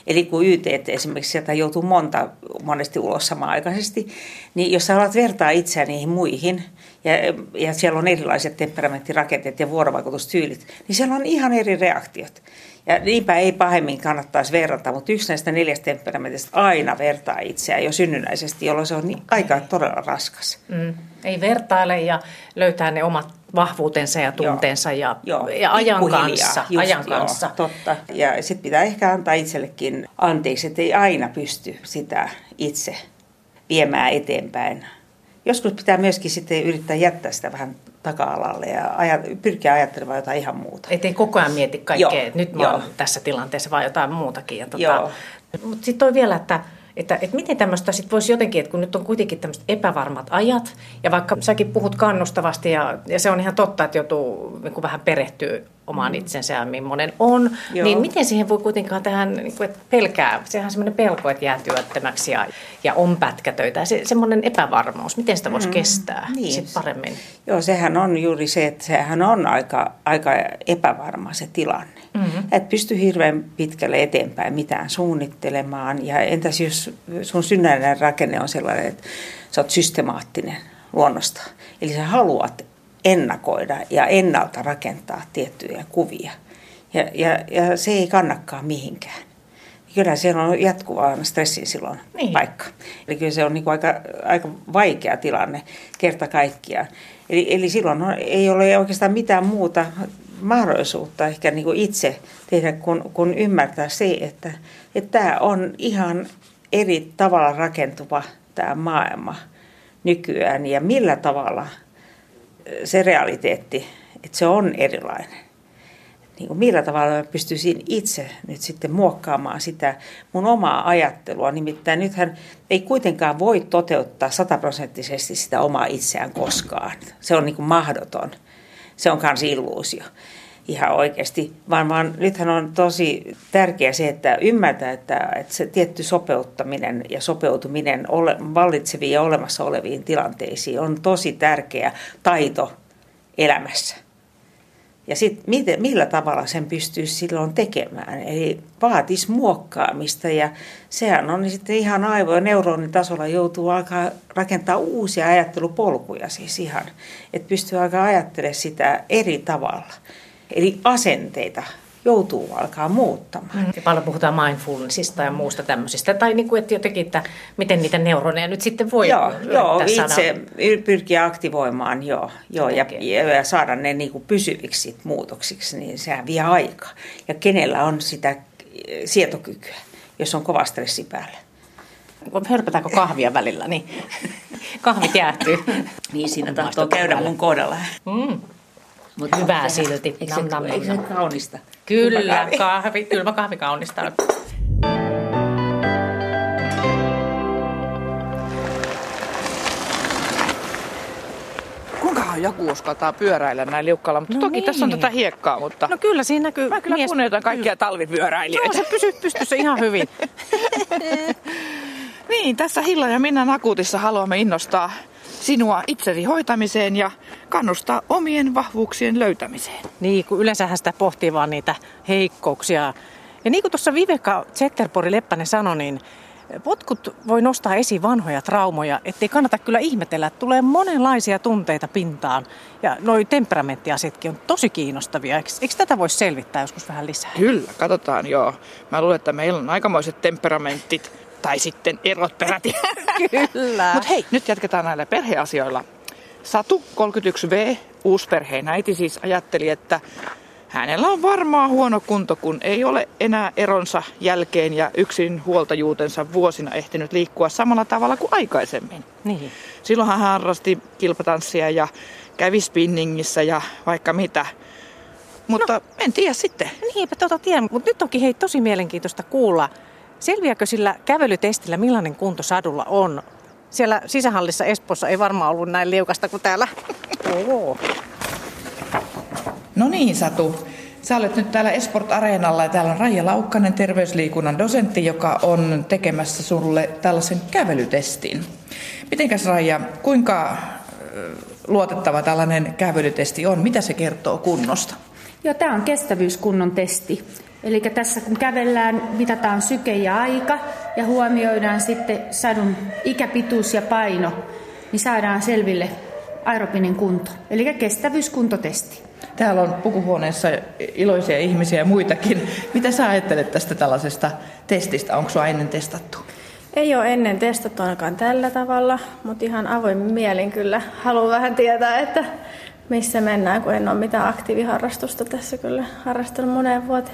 Eli kun Y T esimerkiksi sieltä joutuu monta monesti ulos samanaikaisesti, niin jos sä alat vertaa itseään niihin muihin, ja, ja siellä on erilaiset temperamenttirakenteet ja vuorovaikutustyylit, niin siellä on ihan eri reaktiot. Ja niinpä ei pahemmin kannattaisi verrata, mutta yksi näistä neljästä temperamentista aina vertaa itseään jo synnynnäisesti, jolloin se on niin aika todella raskas. Mm. Ei vertaile ja löytää ne omat vahvuutensa ja tunteensa ja, joo, ja ajan kanssa. Just, ajan joo, kanssa. Totta. Ja sitten pitää ehkä antaa itsellekin anteeksi, että ei aina pysty sitä itse viemään eteenpäin. Joskus pitää myöskin sitten yrittää jättää sitä vähän taka-alalle ja ajat- pyrkiä ajattelemaan jotain ihan muuta. Ettei koko ajan mieti kaikkea, että nyt mä oon tässä tilanteessa, vaan jotain muutakin. Tota, mutta sitten toi vielä, että, että, että miten tämmöistä sitten voisi jotenkin, että kun nyt on kuitenkin tämmöiset epävarmat ajat, ja vaikka säkin puhut kannustavasti, ja, ja se on ihan totta, että joutuu niin vähän perehtyä omaan itsensä ja millainen on, Joo. niin miten siihen voi kuitenkaan tähän, niin kuin, että pelkää, sehän on semmoinen pelko, että jää työttömäksi ja, ja on pätkätöitä, se, semmoinen epävarmuus, miten sitä voisi kestää mm, niin. sit paremmin? Joo, sehän on juuri se, että sehän on aika, aika epävarma se tilanne. Mm-hmm. Et pysty hirveän pitkälle eteenpäin mitään suunnittelemaan, ja entäs jos sun synnäinen rakenne on sellainen, että sä oot systemaattinen luonnosta, eli sä haluat ennakoida ja ennalta rakentaa tiettyjä kuvia. Ja, ja, ja se ei kannakaan mihinkään. Kyllä siellä on jatkuvaa stressin silloin niin. paikka. Eli kyllä se on niin kuin aika, aika vaikea tilanne kerta kaikkiaan. Eli, eli silloin on, ei ole oikeastaan mitään muuta mahdollisuutta ehkä niin kuin itse tehdä, kun, kun ymmärtää se, että, että tämä on ihan eri tavalla rakentuva tämä maailma nykyään ja millä tavalla se realiteetti, että se on erilainen. Niin kuin millä tavalla mä pystyisin itse nyt sitten muokkaamaan sitä mun omaa ajattelua. Nimittäin nythän ei kuitenkaan voi toteuttaa sataprosenttisesti sitä omaa itseään koskaan. Se on niin kuin mahdoton. Se on kans illuusio ihan oikeasti. Vaan, vaan nythän on tosi tärkeää se, että ymmärtää, että, että se tietty sopeuttaminen ja sopeutuminen ole, vallitseviin ja olemassa oleviin tilanteisiin on tosi tärkeä taito elämässä. Ja sitten millä tavalla sen pystyy silloin tekemään. Eli vaatisi muokkaamista ja sehän on niin sitten ihan aivo- ja neuronitasolla joutuu alkaa rakentaa uusia ajattelupolkuja siis ihan. Että pystyy alkaa ajattelemaan sitä eri tavalla. Eli asenteita joutuu alkaa muuttamaan. Ja paljon puhutaan mindfulnessista ja muusta tämmöisistä. Tai niin kuin, että jotenkin, että miten niitä neuroneja nyt sitten voi Joo, joo itse saada... pyrkiä aktivoimaan joo, joo, ja, ja saada ne niin kuin pysyviksi muutoksiksi, niin sehän vie aikaa. Ja kenellä on sitä sietokykyä, jos on kova stressi päällä. Hörpätäänkö kahvia välillä, niin kahvit jäähtyy. Niin siinä tahtoo käydä mun kohdalla. Mm. Mut hyvää silti. Eikö se, nam, nam, eikö se kaunista? Kyllä, kahvi. kahvi, kylmä kahvi kaunista. Kuinkahan joku uskaltaa pyöräillä näin liukkaalla, mutta no toki niin. Tässä on tätä hiekkaa, mutta... No kyllä siinä näkyy... Mä kyllä mies... kunnioitan kaikkia talvipyöräilijöitä. Joo, se pysyy pystyssä ihan hyvin. Niin, tässä Hilla ja Minnan Akuutissa haluamme innostaa sinua itsesi hoitamiseen ja kannustaa omien vahvuuksien löytämiseen. Niin, kun yleensähän sitä pohtii vaan niitä heikkouksia. Ja niin kuin tuossa Viveka Zetterpori-Leppänen sanoi, niin potkut voi nostaa esiin vanhoja traumoja, ettei kannata kyllä ihmetellä, että tulee monenlaisia tunteita pintaan. Ja noi temperamenttiasiatkin on tosi kiinnostavia. Eikö, eikö tätä voisi selvittää joskus vähän lisää? Kyllä, katsotaan joo. Mä luulen, että meillä on aikamoiset temperamentit. Tai sitten erot peräti. Kyllä. Mutta hei, nyt jatketaan näillä perheasioilla. Satu, kolmekymmentäyksi vuotias, uusperheen äiti siis ajatteli, että hänellä on varmaan huono kunto, kun ei ole enää eronsa jälkeen ja yksin huoltajuutensa vuosina ehtinyt liikkua samalla tavalla kuin aikaisemmin. Niin. Silloinhan hän harrasti kilpatanssia ja kävi spinningissä ja vaikka mitä. Mutta no, en tiedä sitten. Niinpä tota tiedän, mutta nyt onkin hei tosi mielenkiintoista kuulla. Selviääkö sillä kävelytestillä, millainen kunto Sadulla on? Siellä sisähallissa Espoossa ei varmaan ollut näin liukasta kuin täällä. Oho. No niin, Satu. Sä olet nyt täällä Esport Areenalla ja täällä on Raija Laukkanen, terveysliikunnan dosentti, joka on tekemässä sulle tällaisen kävelytestin. Mitenkäs Raija, kuinka luotettava tällainen kävelytesti on? Mitä se kertoo kunnosta? Joo, tämä on kestävyyskunnon testi. Eli tässä kun kävellään, mitataan syke ja aika ja huomioidaan sitten sadun ikäpituus ja paino, niin saadaan selville aerobinen kunto, eli kestävyyskuntotesti. Täällä on pukuhuoneessa iloisia ihmisiä ja muitakin. Mitä sä ajattelet tästä tällaisesta testistä? Onko sua ennen testattu? Ei ole ennen testattu ainakaan tällä tavalla, mutta ihan avoimin mielin kyllä haluan vähän tietää, että missä mennään, kun en ole mitään aktiiviharrastusta tässä kyllä harrastanut moneen vuoteen.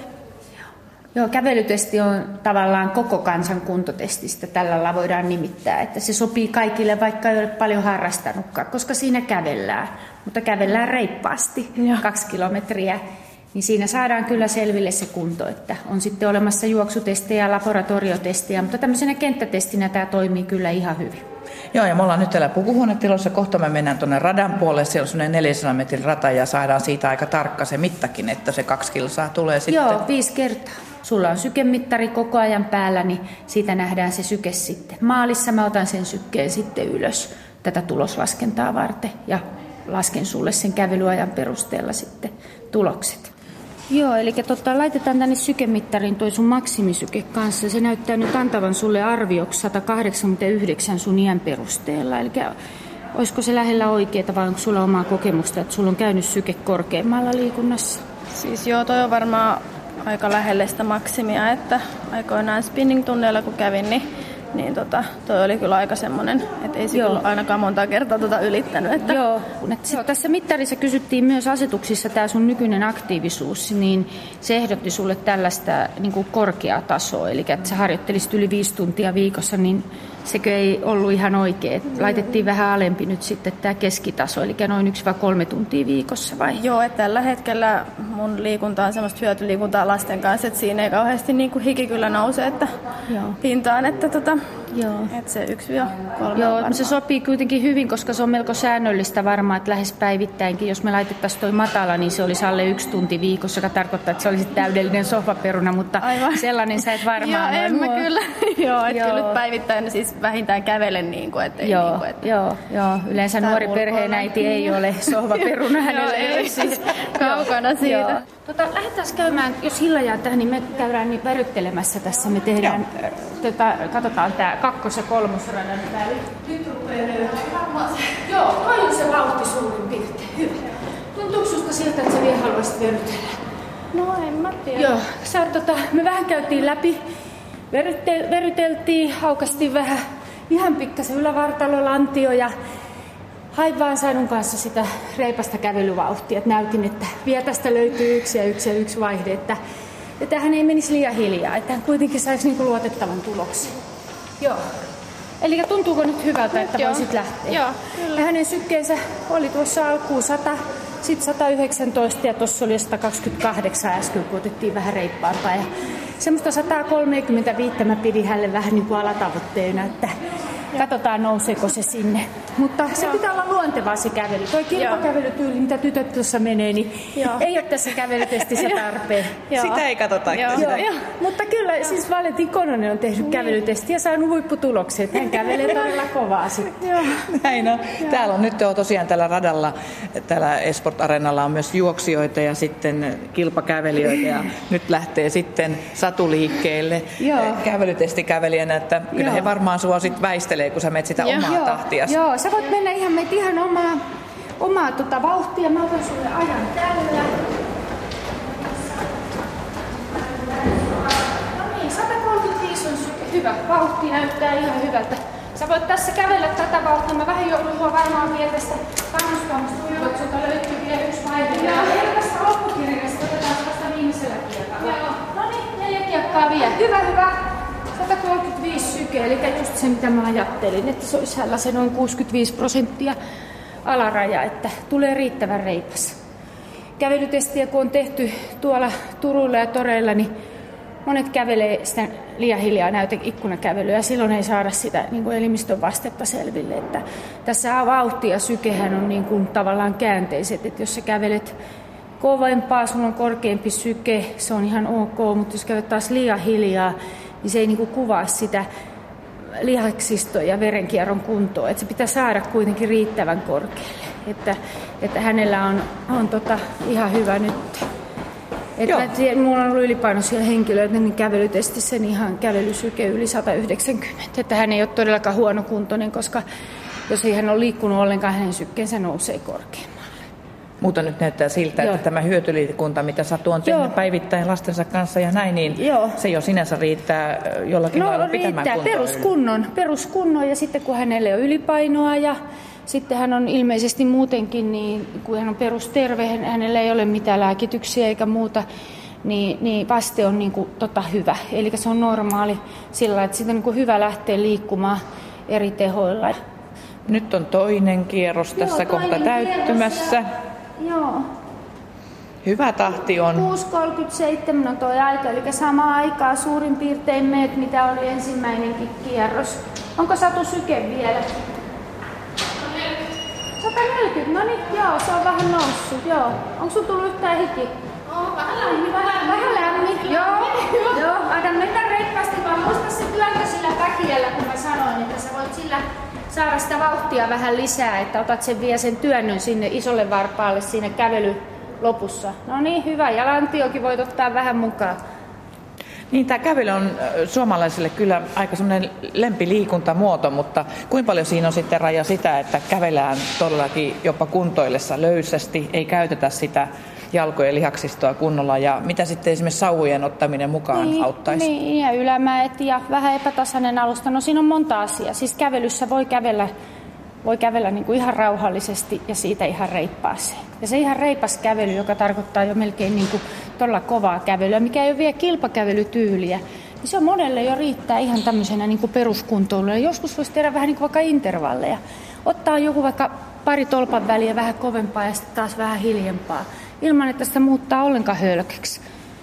Joo, kävelytesti on tavallaan koko kansan kuntotestistä, tällä lailla voidaan nimittää, että se sopii kaikille, vaikka ei ole paljon harrastanutkaan, koska siinä kävellään, mutta kävellään reippaasti, Joo. kaksi kilometriä, niin siinä saadaan kyllä selville se kunto, että on sitten olemassa juoksutestejä ja laboratoriotestejä, mutta tämmöisenä kenttätestinä tämä toimii kyllä ihan hyvin. Joo, ja me ollaan nyt täällä pukuhuonetilossa, kohta me mennään tuonne radan puolelle, siellä on semmoinen neljänsadan metrin rata ja saadaan siitä aika tarkka se mittakin, että se kaksi kilsaa tulee sitten. Joo, viisi kertaa. Sulla on sykemittari koko ajan päällä, niin siitä nähdään se syke sitten. Maalissa mä otan sen sykkeen sitten ylös tätä tuloslaskentaa varten ja lasken sulle sen kävelyajan perusteella sitten tulokset. Joo, eli tota, laitetaan tänne sykemittarin toi sun maksimisyke kanssa. Se näyttää nyt antavan sulle arvioksi sata kahdeksankymmentäyhdeksän sun iän perusteella. Eli olisiko se lähellä oikeaa vai onko sulla omaa kokemusta, että sulla on käynyt syke korkeammalla liikunnassa? Siis joo, toi on varmaan aika lähelle sitä maksimia, että aikoinaan spinning-tunneilla kun kävin, niin, niin tota, toi oli kyllä aika semmoinen, että ei se kyllä ainakaan monta kertaa tota ylittänyt. Että... Joo, sitten tässä mittarissa kysyttiin myös asetuksissa tämä sun nykyinen aktiivisuus, niin se ehdotti sulle tällaista niin kuin korkeaa tasoa, eli että sä harjoittelisit yli viisi tuntia viikossa, niin sekö ei ollut ihan oikein. Laitettiin vähän alempi nyt sitten tämä keskitaso, eli noin yksi kolme tuntia viikossa vai? Joo, että tällä hetkellä mun liikunta on semmoista hyötyliikuntaa lasten kanssa, että siinä ei kauheasti niin kuin hiki kyllä nouse että Joo. pintaan, että, tota, Joo. että se yksi kolme Joo, se sopii kuitenkin hyvin, koska se on melko säännöllistä varmaan, että lähes päivittäinkin. Jos me laitettaisiin toi matala, niin se olisi alle yksi tunti viikossa, joka tarkoittaa, että se olisi täydellinen sohvaperuna, mutta Aivan. sellainen sä et varmaan Joo, en mä kyllä. Joo, että kyllä nyt päivittäin siis vähintään kävelen niin kuin, että joo, niin kuin, että joo, joo, yleensä nuori perheenäiti ei ole sohvaperuna, hänelle ei siis kaukana siitä. Tota, lähdetään käymään, jos Hilla jää tähän, niin me käydään niin väryttelemässä tässä. Me tehdään, tota, katsotaan tää kakkos- ja kolmosradan väli. Nyt rupeaa löytymään. Joo, toi on se vauhti suurin piirtein. Hyvä. Tuntuuko susta siltä, että sä vielä haluaisit verytellä? No en mä tiedä. Joo, sä, tota, me vähän käytiin läpi, verytte, veryteltiin, haukastiin vähän ihan pikkasen ylävartalolantio ja hain vaan Sainun kanssa sitä reipasta kävelyvauhtia, että näytin, että vielä tästä löytyy yksi ja yksi ja yksi vaihde, että, että hän ei menisi liian hiljaa, että hän kuitenkin saisi niinku luotettavan tuloksen. Joo. Eli tuntuuko nyt hyvältä, että Joo. voisit lähteä? Joo, kyllä. Ja hänen sykkeensä oli tuossa alkuun sata, sitten sata yhdeksäntoista ja tuossa oli sata kaksikymmentäkahdeksan äsken, kun otettiin vähän reippaampaa. Ja semmoista sata kolmekymmentäviisi mä pidin hänelle vähän niin kuin alatavoitteena, että katsotaan nouseeko se sinne. Mutta se pitää olla luontevaa se kävely. Tuo kilpakävelytyyli, mitä tytöt tuossa menee, niin Joo. ei ole tässä kävelytestissä tarpeen. Sitä ei katsota. Joo. Joo. Joo. Mutta kyllä Joo. siis Valentin Kononen on tehnyt niin. kävelytestiä ja saanut huipputulokset. Hän kävelee todella kovaa sitten. Joo. Näin on. Täällä on nyt on tosiaan tällä radalla, täällä Esport Arenalla on myös juoksijoita ja sitten kilpakävelijöitä. Ja nyt lähtee sitten Satu liikkeelle Joo. kävelytestikävelijänä, että kyllä Joo. he varmaan sua sit väistelee, kun sä menet sitä Joo. omaa Joo. tahtiasi. Joo, sä voit mennä ihan, meet ihan omaa, omaa tota vauhtia. Mä otan sulle ajan tällä. No niin, sata kolmekymmentäviisi on hyvä. Vauhti näyttää ihan hyvältä. Sä voit tässä kävellä tätä vauhtia. Mä vähän joudun sua varmaan vielä tästä kannustamasta ujot, jota löytyy vielä yksi vaihe. Joo, ei tästä loppukirjasta, otetaan vasta viimeisellä kiekalla. Joo. No niin, neljä kiekkaa vielä. Hyvä, hyvä. sata kolmekymmentäviisi syke, eli just se mitä mä ajattelin, että se olisi hänellä se noin kuusikymmentäviisi prosenttia alaraja, että tulee riittävän reipas. Kävelytestiä kun on tehty tuolla Turulla ja toreilla, niin monet kävelee sitä liian hiljaa näyteikkunakävelyä ja silloin ei saada sitä niin kuin elimistön vastetta selville. Että tässä vauhti ja sykehän on niin kuin tavallaan käänteiset, että jos sä kävelet kovempaa, sulla on korkeampi syke, se on ihan ok, mutta jos kävelet taas liian hiljaa, niin se ei niinku kuvaa sitä lihaksisto- ja verenkierron kuntoa. Että se pitää saada kuitenkin riittävän korkealle. Että, että hänellä on, on tota ihan hyvä nyt. Että mulla on ollut ylipainoisia henkilöitä, niin kävelytestissä niin ihan kävelysyke yli sata yhdeksänkymmentä. Että hän ei ole todellakaan huonokuntoinen, koska jos ei hän ole liikkunut ollenkaan, hänen sykkeensä nousee korkeammalle. Mutta nyt näyttää siltä, Joo. että tämä hyötyliikunta, mitä Satu on tehnyt Joo. päivittäin lastensa kanssa ja näin, niin Joo. se jo sinänsä riittää jollakin no, lailla pitämään riittää. kuntoa. Peruskunnon, peruskunnon ja sitten kun hänelle on ylipainoa ja sitten hän on ilmeisesti muutenkin, niin kun hän on perusterve, hänellä ei ole mitään lääkityksiä eikä muuta, niin, niin vaste on niin kuin, tota, hyvä. Eli se on normaali sillä, että siitä on niin kuin hyvä lähteä liikkumaan eri tehoilla. Nyt on toinen kierros tässä Joo, kohta täyttymässä. Joo. Hyvä tahti on. kuusi kolmekymmentäseitsemän on tuo aika, eli samaan aikaan suurin piirtein meet, mitä oli ensimmäinenkin kierros. Onko Satu syke vielä? sata neljäkymmentä, no niin, joo, se on vähän noussut, joo. Onko sun tullut yhtään hiki? Oo, vähän lämmin. Vähän, vähän lämmin, joo. Joo, aina mennä reippaasti, vaan muista se työntö sillä päkiällä, kun mä sanoin, että sä voit sillä saada sitä vauhtia vähän lisää, että otat sen vielä sen työnnön sinne isolle varpaalle siinä kävely lopussa. No niin, hyvä. Ja lantiokin voit ottaa vähän mukaan. Niin, tämä kävely on suomalaisille kyllä aika semmoinen lempiliikuntamuoto, mutta kuinka paljon siinä on sitten raja sitä, että kävelään todellakin jopa kuntoillessa löysästi, ei käytetä sitä jalkojen lihaksistoa kunnolla, ja mitä sitten esimerkiksi sauvojen ottaminen mukaan niin, auttaisi? Niin, ja ylämäet ja vähän epätasainen alusta. No siinä on monta asiaa. Siis kävelyssä voi kävellä, voi kävellä niin kuin ihan rauhallisesti ja siitä ihan reippaaseen. Ja se ihan reipas kävely, joka tarkoittaa jo melkein niin kuin todella kovaa kävelyä, mikä ei ole vielä kilpakävelytyyliä, niin se on monelle jo riittää ihan tämmöisenä niin kuin peruskuntoilulla. Joskus voisi tehdä vähän niin kuin vaikka intervalleja. Ottaa joku vaikka pari tolpan väliä vähän kovempaa ja sitten taas vähän hiljempaa, ilman että sitä muuttaa ollenkaan hölkäksi.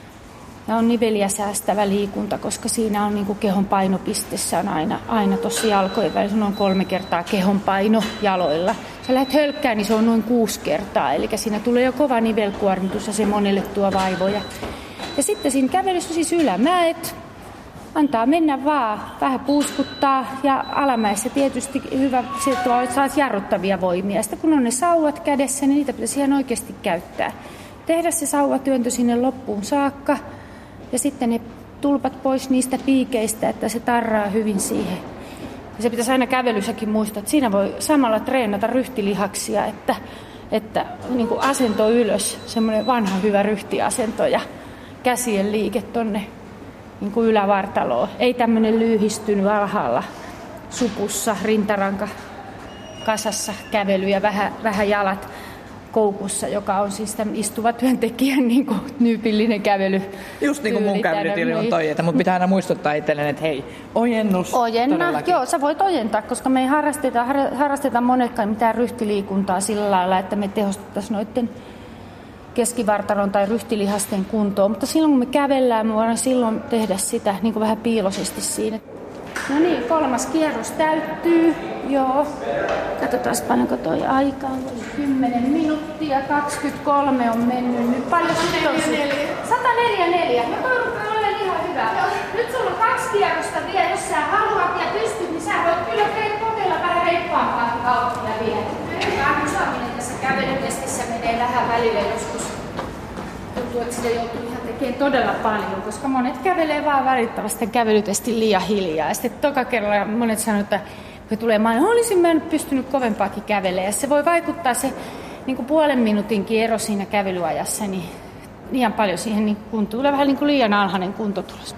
Ja on niveliä säästävä liikunta, koska siinä on niin kuin kehon painopisteessä on aina, aina tuossa jalkojen välissä. Se on noin kolme kertaa kehon paino jaloilla. Sä lähdet hölkkään, niin se on noin kuusi kertaa. Eli siinä tulee jo kova nivelkuormitus ja se monelle tuo vaivoja. Ja sitten siinä kävelyssä siis ylämäet. Antaa mennä vaan, vähän puuskuttaa ja alamäessä tietysti hyvä, että saat jarruttavia voimia. Sitten kun on ne sauvat kädessä, niin niitä pitäisi ihan oikeasti käyttää. Tehdä se sauvatyöntö sinne loppuun saakka ja sitten ne tulpat pois niistä piikeistä, että se tarraa hyvin siihen. Ja se pitäisi aina kävelyssäkin muistaa, että siinä voi samalla treenata ryhtilihaksia, että, että niin kuin asento ylös, semmoinen vanha hyvä ryhtiasento ja käsien liike tonne niin kuin ylävartaloon. Ei tämmöinen lyyhistynyt alhaalla supussa, rintaranka kasassa kävely ja vähän, vähän jalat koukussa, joka on siis tämän istuva työntekijän niin kuin tyypillinen kävely. Just niin kuin mun kävelytyyli on toi, että mut pitää aina muistuttaa itselleen, että hei, ojennus. Ojenna, todellakin. joo, sä voit ojentaa, koska me ei harrasteta, harrasteta monetkaan mitään ryhtiliikuntaa sillä lailla, että me tehostettaisiin noiden keskivartalon tai ryhtilihasten kuntoon. Mutta silloin kun me kävellään, me voidaan silloin tehdä sitä niin kuin vähän piiloisesti siinä. No niin, kolmas kierros täyttyy. Joo. Katsotaan paljonko toi aika on. kymmenen minuuttia, kaksikymmentäkolme on mennyt. Nyt paljon sitten on sata neljäkymmentäneljä. No toi rupeaa olemaan ihan hyvä. Nyt sulla on kaksi kierrosta vielä. Jos sä haluat ja pystyt, niin sä voit kyllä kokeilla vähän reippaampaa vauhtia vielä. Hyvä osaaminen tässä kävelytestissä menee vähän välillä joskus. Tuntuu, että sitä joutuu ihan tekemään todella paljon, koska monet kävelee vaan välittävästi kävelytestin liian hiljaa. Ja sitten toka kerralla monet sanoo, että kun tulee maailma, olisin mä nyt pystynyt kovempaakin kävelemään. Ja se voi vaikuttaa se niin kuin puolen minuutinkin ero siinä kävelyajassa, niin liian paljon siihen niin kuntoon. Tulee vähän niin kuin liian alhainen kuntotulos.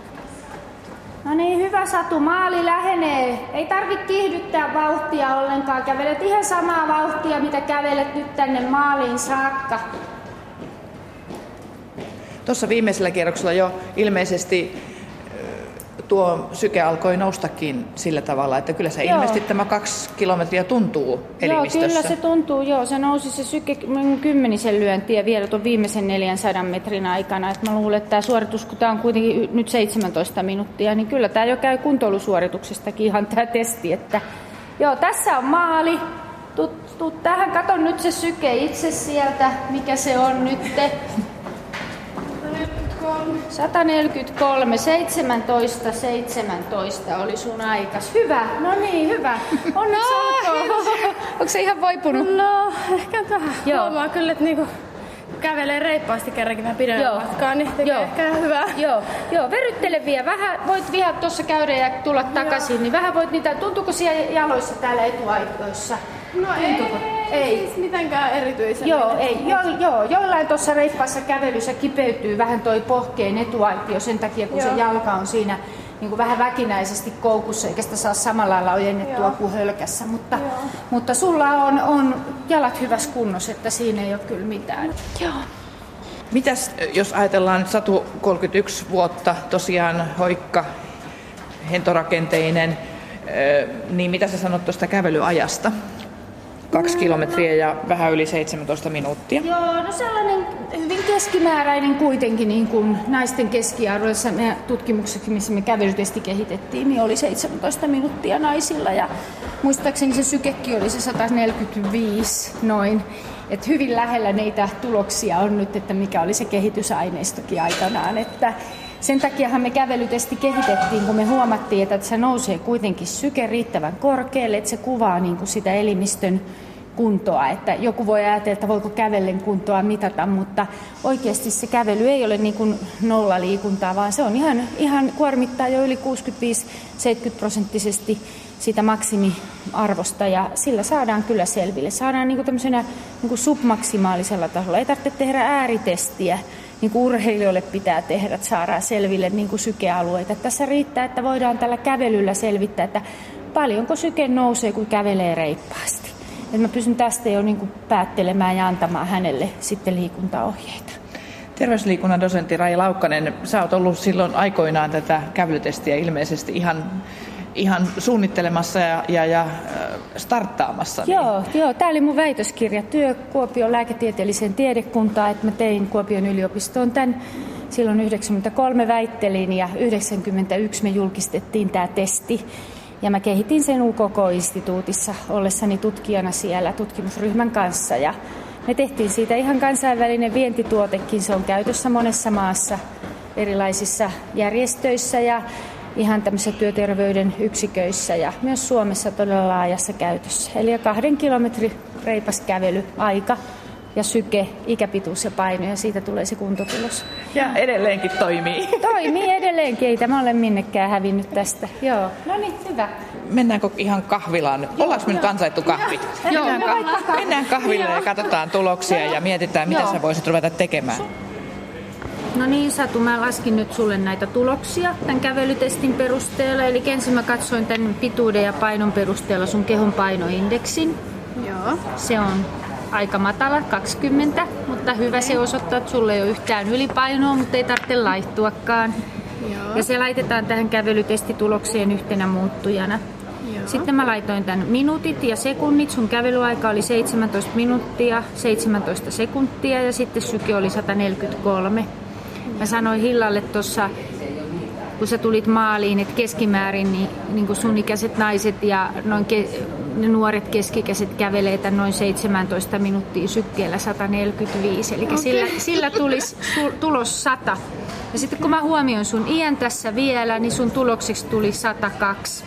No niin, hyvä Satu, maali lähenee. Ei tarvitse kiihdyttää vauhtia ollenkaan. Kävelet ihan samaa vauhtia, mitä kävelet nyt tänne maaliin saakka. Tuossa viimeisellä kierroksella jo ilmeisesti tuo syke alkoi noustakin sillä tavalla, että kyllä se joo. ilmeisesti tämä kaksi kilometriä tuntuu elimistössä. Joo, kyllä se tuntuu. Joo, se nousi se syke kymmenisen lyöntiä vielä tuon viimeisen neljänsadan metrin aikana. Et mä luulen, että tämä suoritus, kun tämä on kuitenkin nyt seitsemäntoista minuuttia, niin kyllä tämä jo käy kuntoilusuorituksestakin ihan tämä testi. Että, joo, tässä on maali. Tuu, tuu tähän, kato nyt se syke itse sieltä, mikä se on nyt. sata neljäkymmentäkolme, seitsemäntoista, seitsemäntoista oli sun aikas. Hyvä, no niin, hyvä. Onneksi olkoon. Onko se ihan voipunut? No, ehkä vähän. Huomaa kyllä, että niinku kävelee reippaasti kerrankin vähän pidemmän matkaa, niin tekee Joo. ehkä hyvää. Joo. Joo, veryttele vielä vähän. Voit vielä tuossa käydä ja tulla takaisin, Joo. niin vähän voit niitä, tuntuuko siellä jaloissa täällä etuaitoissa? No tuntuuko? ei, ei siis mitenkään erityisen. Joo, ei. Jo, joo, jollain tuossa reippaassa kävelyssä kipeytyy vähän toi pohkeen etuaitio sen takia, kun joo. se jalka on siinä niin kuin vähän väkinäisesti koukussa, eikä sitä saa samalla lailla ojennettua joo. kuin hölkässä. Mutta, mutta sulla on, on jalat hyvässä kunnossa, että siinä ei ole kyllä mitään. Joo. Mitäs jos ajatellaan nyt Satu kolmekymmentäyksi vuotta, tosiaan hoikka, hentorakenteinen, niin mitä sä sanot tuosta kävelyajasta? Kaksi kilometriä ja vähän yli seitsemäntoista minuuttia. Joo, no sellainen hyvin keskimääräinen kuitenkin niin kuin naisten keskiarvoissa meidän tutkimuksessa, missä me kävelytesti kehitettiin, niin oli seitsemäntoista minuuttia naisilla ja muistaakseni se sykekin oli se sata neljäkymmentäviisi noin. Et hyvin lähellä niitä tuloksia on nyt, että mikä oli se kehitysaineistokin aikanaan. Että sen takiahan me kävelytesti kehitettiin, kun me huomattiin, että se nousee kuitenkin syke riittävän korkealle, että se kuvaa niin kuin sitä elimistön kuntoa. Että joku voi ajatella, että voiko kävellen kuntoa mitata, mutta oikeasti se kävely ei ole niin kuin nollaliikuntaa, vaan se on ihan, ihan kuormittaa jo yli kuusikymmentäviisi seitsemänkymmentä prosenttisesti siitä maksimiarvosta ja sillä saadaan kyllä selville. Saadaan niin kuin tämmöisenä niin kuin submaksimaalisella tasolla. Ei tarvitse tehdä ääritestiä, niin kuin urheilijoille pitää tehdä, että saadaan selville niin kuin sykealueita. Tässä riittää, että voidaan tällä kävelyllä selvittää, että paljonko syke nousee, kun kävelee reippaasti. Et mä pystyn tästä jo niin kuin päättelemään ja antamaan hänelle sitten liikuntaohjeita. Terveysliikunnan dosentti Raija Laukkanen, sä oot ollut silloin aikoinaan tätä kävelytestiä ilmeisesti ihan ihan suunnittelemassa ja, ja, ja starttaamassa. Niin. Joo, joo, tämä oli mun väitöskirja työ Kuopion lääketieteelliseen tiedekuntaan, että mä tein Kuopion yliopistoon tämän. Silloin yhdeksänkymmentäkolme väittelin ja yhdeksänkymmentäyksi me julkistettiin tämä testi. Ja mä kehitin sen U K K-instituutissa ollessani tutkijana siellä tutkimusryhmän kanssa. Ja me tehtiin siitä ihan kansainvälinen vientituotekin, se on käytössä monessa maassa erilaisissa järjestöissä ja ihan tämmöisissä työterveyden yksiköissä ja myös Suomessa todella laajassa käytössä. Eli kahden kilometrin reipas kävely, aika ja syke, ikäpituus ja paino ja siitä tulee se kuntotulos. Ja edelleenkin toimii. Toimii edelleenkin, ei tämä ole minnekään hävinnyt tästä. Joo, no niin, hyvä. Mennäänkö ihan kahvilaan nyt? Ollaanko me nyt ansaittu kahvit? Joo, mennään, kah- mennään kahville ja katsotaan tuloksia ja mietitään, mitä Joo. sä voisit ruveta tekemään. No niin, Satu, mä laskin nyt sulle näitä tuloksia tämän kävelytestin perusteella. Eli ensin mä katsoin tämän pituuden ja painon perusteella sun kehon painoindeksin. Joo. Se on aika matala, kaksikymmentä, mutta hyvä se osoittaa, että sulla ei ole yhtään ylipainoa, mutta ei tarvitse laihtuakaan. Joo. Ja se laitetaan tähän kävelytestitulokseen yhtenä muuttujana. Joo. Sitten mä laitoin tämän minuutit ja sekunnit. Sun kävelyaika oli seitsemäntoista minuuttia, seitsemäntoista sekuntia ja sitten syke oli sata neljäkymmentäkolme. Mä sanoin Hillalle tuossa, kun sä tulit maaliin, että keskimäärin niin, niin kuin sun ikäiset naiset ja noin ke, ne nuoret keskikäiset kävelee tämän noin seitsemäntoista minuuttia sykkeellä sata neljäkymmentäviisi. Eli okay. sillä, sillä tulisi su, tulos sata. Ja sitten kun mä huomioin sun iän tässä vielä, niin sun tulokseksi tuli sata kaksi.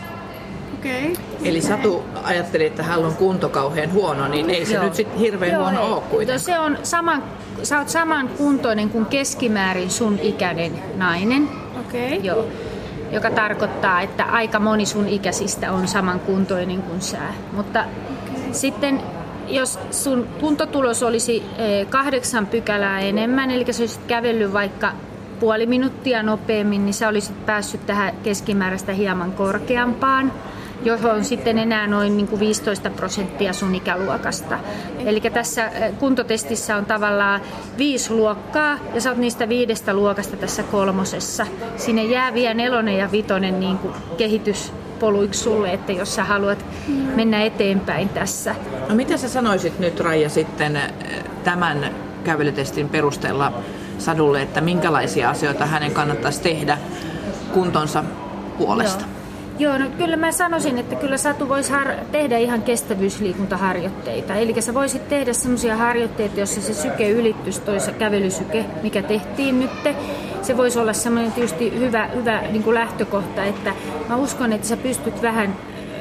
Okay. Eli Satu ajatteli, että hän on kunto kauhean huono, niin ei se Joo. nyt sitten hirveän Joo, huono ole kuitenkaan. Se on saman, sä oot saman kuntoinen kuin keskimäärin sun ikäinen nainen. Okay. Joo. Joka tarkoittaa, että aika moni sun ikäisistä on samankuntoinen kuin sä. Mutta okay. sitten jos sun kuntotulos olisi kahdeksan pykälää enemmän, eli sä olisit kävellyt vaikka puoli minuuttia nopeammin, niin sä olisit päässyt tähän keskimääräistä hieman korkeampaan, johon sitten enää noin niin kuin viisitoista prosenttia sun ikäluokasta. Eli tässä kuntotestissä on tavallaan viisi luokkaa, ja sä oot niistä viidestä luokasta tässä kolmosessa. Sinne jää vielä nelonen ja vitonen niin kuin kehityspoluiksi sulle, että jos sä haluat mennä eteenpäin tässä. No mitä sä sanoisit nyt, Raija, sitten tämän kävelytestin perusteella Sadulle, että minkälaisia asioita hänen kannattaisi tehdä kuntonsa puolesta? Joo. Joo, no kyllä mä sanoisin, että kyllä Satu voisi har- tehdä ihan kestävyysliikuntaharjoitteita. Eli sä voisit tehdä semmoisia harjoitteita, joissa se syke ylittyisi toisa kävelysyke, mikä tehtiin nyt. Se voisi olla semmoinen tietysti hyvä, hyvä niin kuin lähtökohta, että mä uskon, että sä pystyt vähän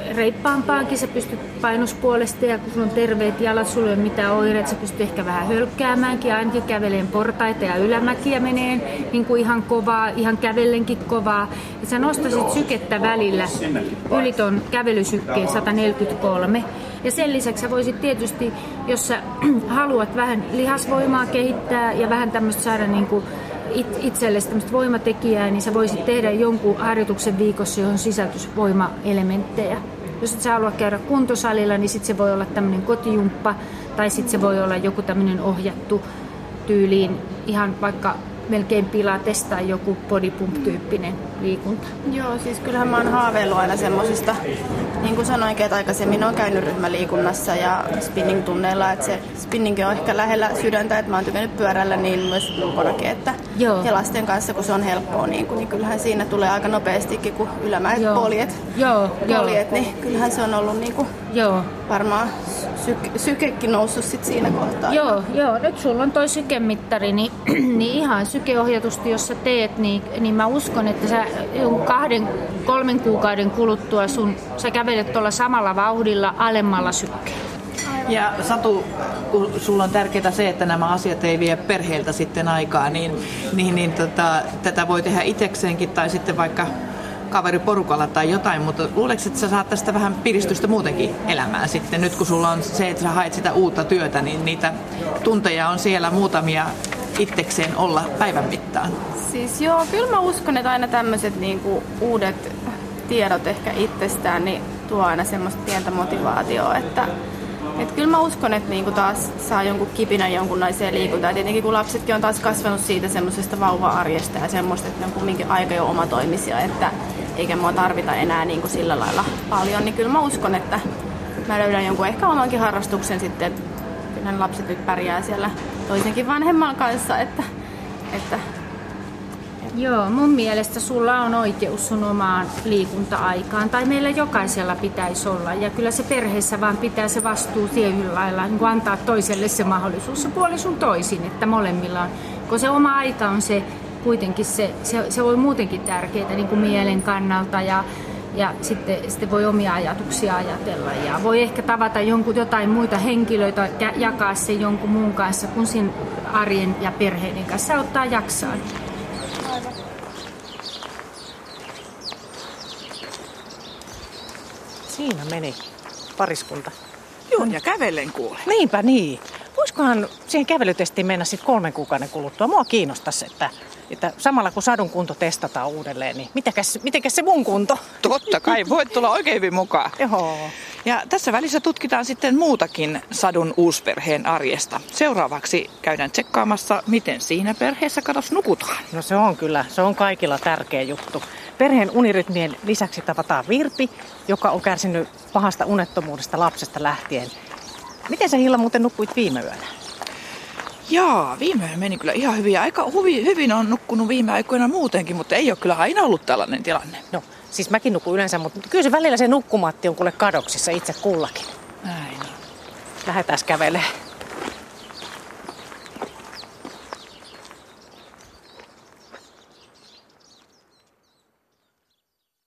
reippaampaankin, sä pystyt painuspuolesta ja kun sulla on terveet jalat, sulla ei ole mitään oireita, sä pystyt ehkä vähän hölkkäämäänkin, ainakin käveleen portaita ja ylämäkiä menee niin kuin ihan kovaa, ihan kävellenkin kovaa. Ja sä nostasit sykettä välillä yli ton kävelysykkeen sata neljäkymmentäkolme. Ja sen lisäksi sä voisit tietysti, jos sä haluat vähän lihasvoimaa kehittää ja vähän tämmöistä saada niin kuin itsellesi tämmöistä voimatekijää, niin sä voisit tehdä jonkun harjoituksen viikossa, johon sisältyisi voimaelementtejä. Jos et sä halua käydä kuntosalilla, niin sit se voi olla tämmöinen kotijumppa tai sit se voi olla joku tämmöinen ohjattu tyyliin ihan vaikka melkein pilates tai joku body pump-tyyppinen liikunta. Joo, siis kyllähän mä oon haaveillut aina semmosista, niin kuin sanoinkin, että aikaisemmin oon käynyt ryhmäliikunnassa ja spinning-tunneilla, että se spinning on ehkä lähellä sydäntä, että mä oon tykännyt pyörällä niin myös ulkonakin, että Joo. ja lasten kanssa, kun se on helppoa, niin, kun, niin kyllähän siinä tulee aika nopeastikin, kun ylämäet Joo. poljet, Joo, poljet niin kyllähän se on ollut niin kuin Joo. varmaan syke, sykekin noussut sit siinä kohtaa. Joo, joo, nyt sulla on toi sykemittari, niin, niin ihan sykeohjatusti, jos sä teet, niin, niin mä uskon, että sä kahden, kolmen kuukauden kuluttua sun, sä kävelet tuolla samalla vauhdilla alemmalla sykkeellä. Ja Satu, kun sulla on tärkeää se, että nämä asiat ei vie perheeltä sitten aikaa, niin, niin, niin tota, tätä voi tehdä itsekseenkin tai sitten vaikka kaveriporukalla tai jotain, mutta luuleeko, että sä saat tästä vähän piristystä muutenkin elämään sitten? Nyt kun sulla on se, että sä haet sitä uutta työtä, niin niitä tunteja on siellä muutamia itsekseen olla päivän mittaan. Siis joo, kyllä mä uskon, että aina tämmöiset niinku uudet tiedot ehkä itsestään niin tuo aina semmoista pientä motivaatioa, että et kyllä mä uskon, että niinku taas saa jonkun kipinän jonkunlaiseen liikuntaan. Tietenkin kun lapsetkin on taas kasvanut siitä semmoisesta vauva-arjesta ja semmoista, että ne on kumminkin aika jo omatoimisia, että eikä mua tarvita enää niinku sillä lailla paljon, niin kyllä mä uskon, että mä löydän jonkun ehkä omankin harrastuksen sitten, että kyllä lapset nyt pärjää siellä toisenkin vanhemman kanssa, että, että Joo, mun mielestä sulla on oikeus sun omaan liikunta-aikaan, tai meillä jokaisella pitäisi olla, ja kyllä se perheessä vaan pitää se vastuu tietyllä lailla, niin antaa toiselle se mahdollisuus, se puoli sun toisin, että molemmilla on, kun se oma aika on se kuitenkin se, se, se voi muutenkin tärkeää niin kuin mielen kannalta, ja Ja sitten, sitten voi omia ajatuksia ajatella ja voi ehkä tavata jonkun, jotain muita henkilöitä ja jakaa se jonkun muun kanssa, kun siinä arjen ja perheiden kanssa ottaa jaksaan. Aivan. Siinä meni pariskunta. Joo, ja kävellen kuule. Niinpä niin. Voisikohan siihen kävelytestiin mennä sitten kolmen kuukauden kuluttua? Mua kiinnostaisi, että, että samalla kun Sadun kunto testataan uudelleen, niin mitenkäs, mitenkäs se mun kunto? Totta kai, voit tulla oikein hyvin mukaan. Joo. Ja tässä välissä tutkitaan sitten muutakin Sadun uusperheen arjesta. Seuraavaksi käydään tsekkaamassa, miten siinä perheessä katos nukutaan. No se on kyllä, se on kaikilla tärkeä juttu. Perheen unirytmien lisäksi tavataan Virpi, joka on kärsinyt pahasta unettomuudesta lapsesta lähtien. Miten sä, Hilla, muuten nukkuit viime yönä? Jaa, viime yönä meni kyllä ihan hyvin. Aika hyvin, hyvin on nukkunut viime aikoina muutenkin, mutta ei ole kyllä aina ollut tällainen tilanne. No, siis mäkin nukun yleensä, mutta kyllä se välillä se nukkumatti on kuule kadoksissa itse kullakin. Näin on. Lähdetään kävelemään.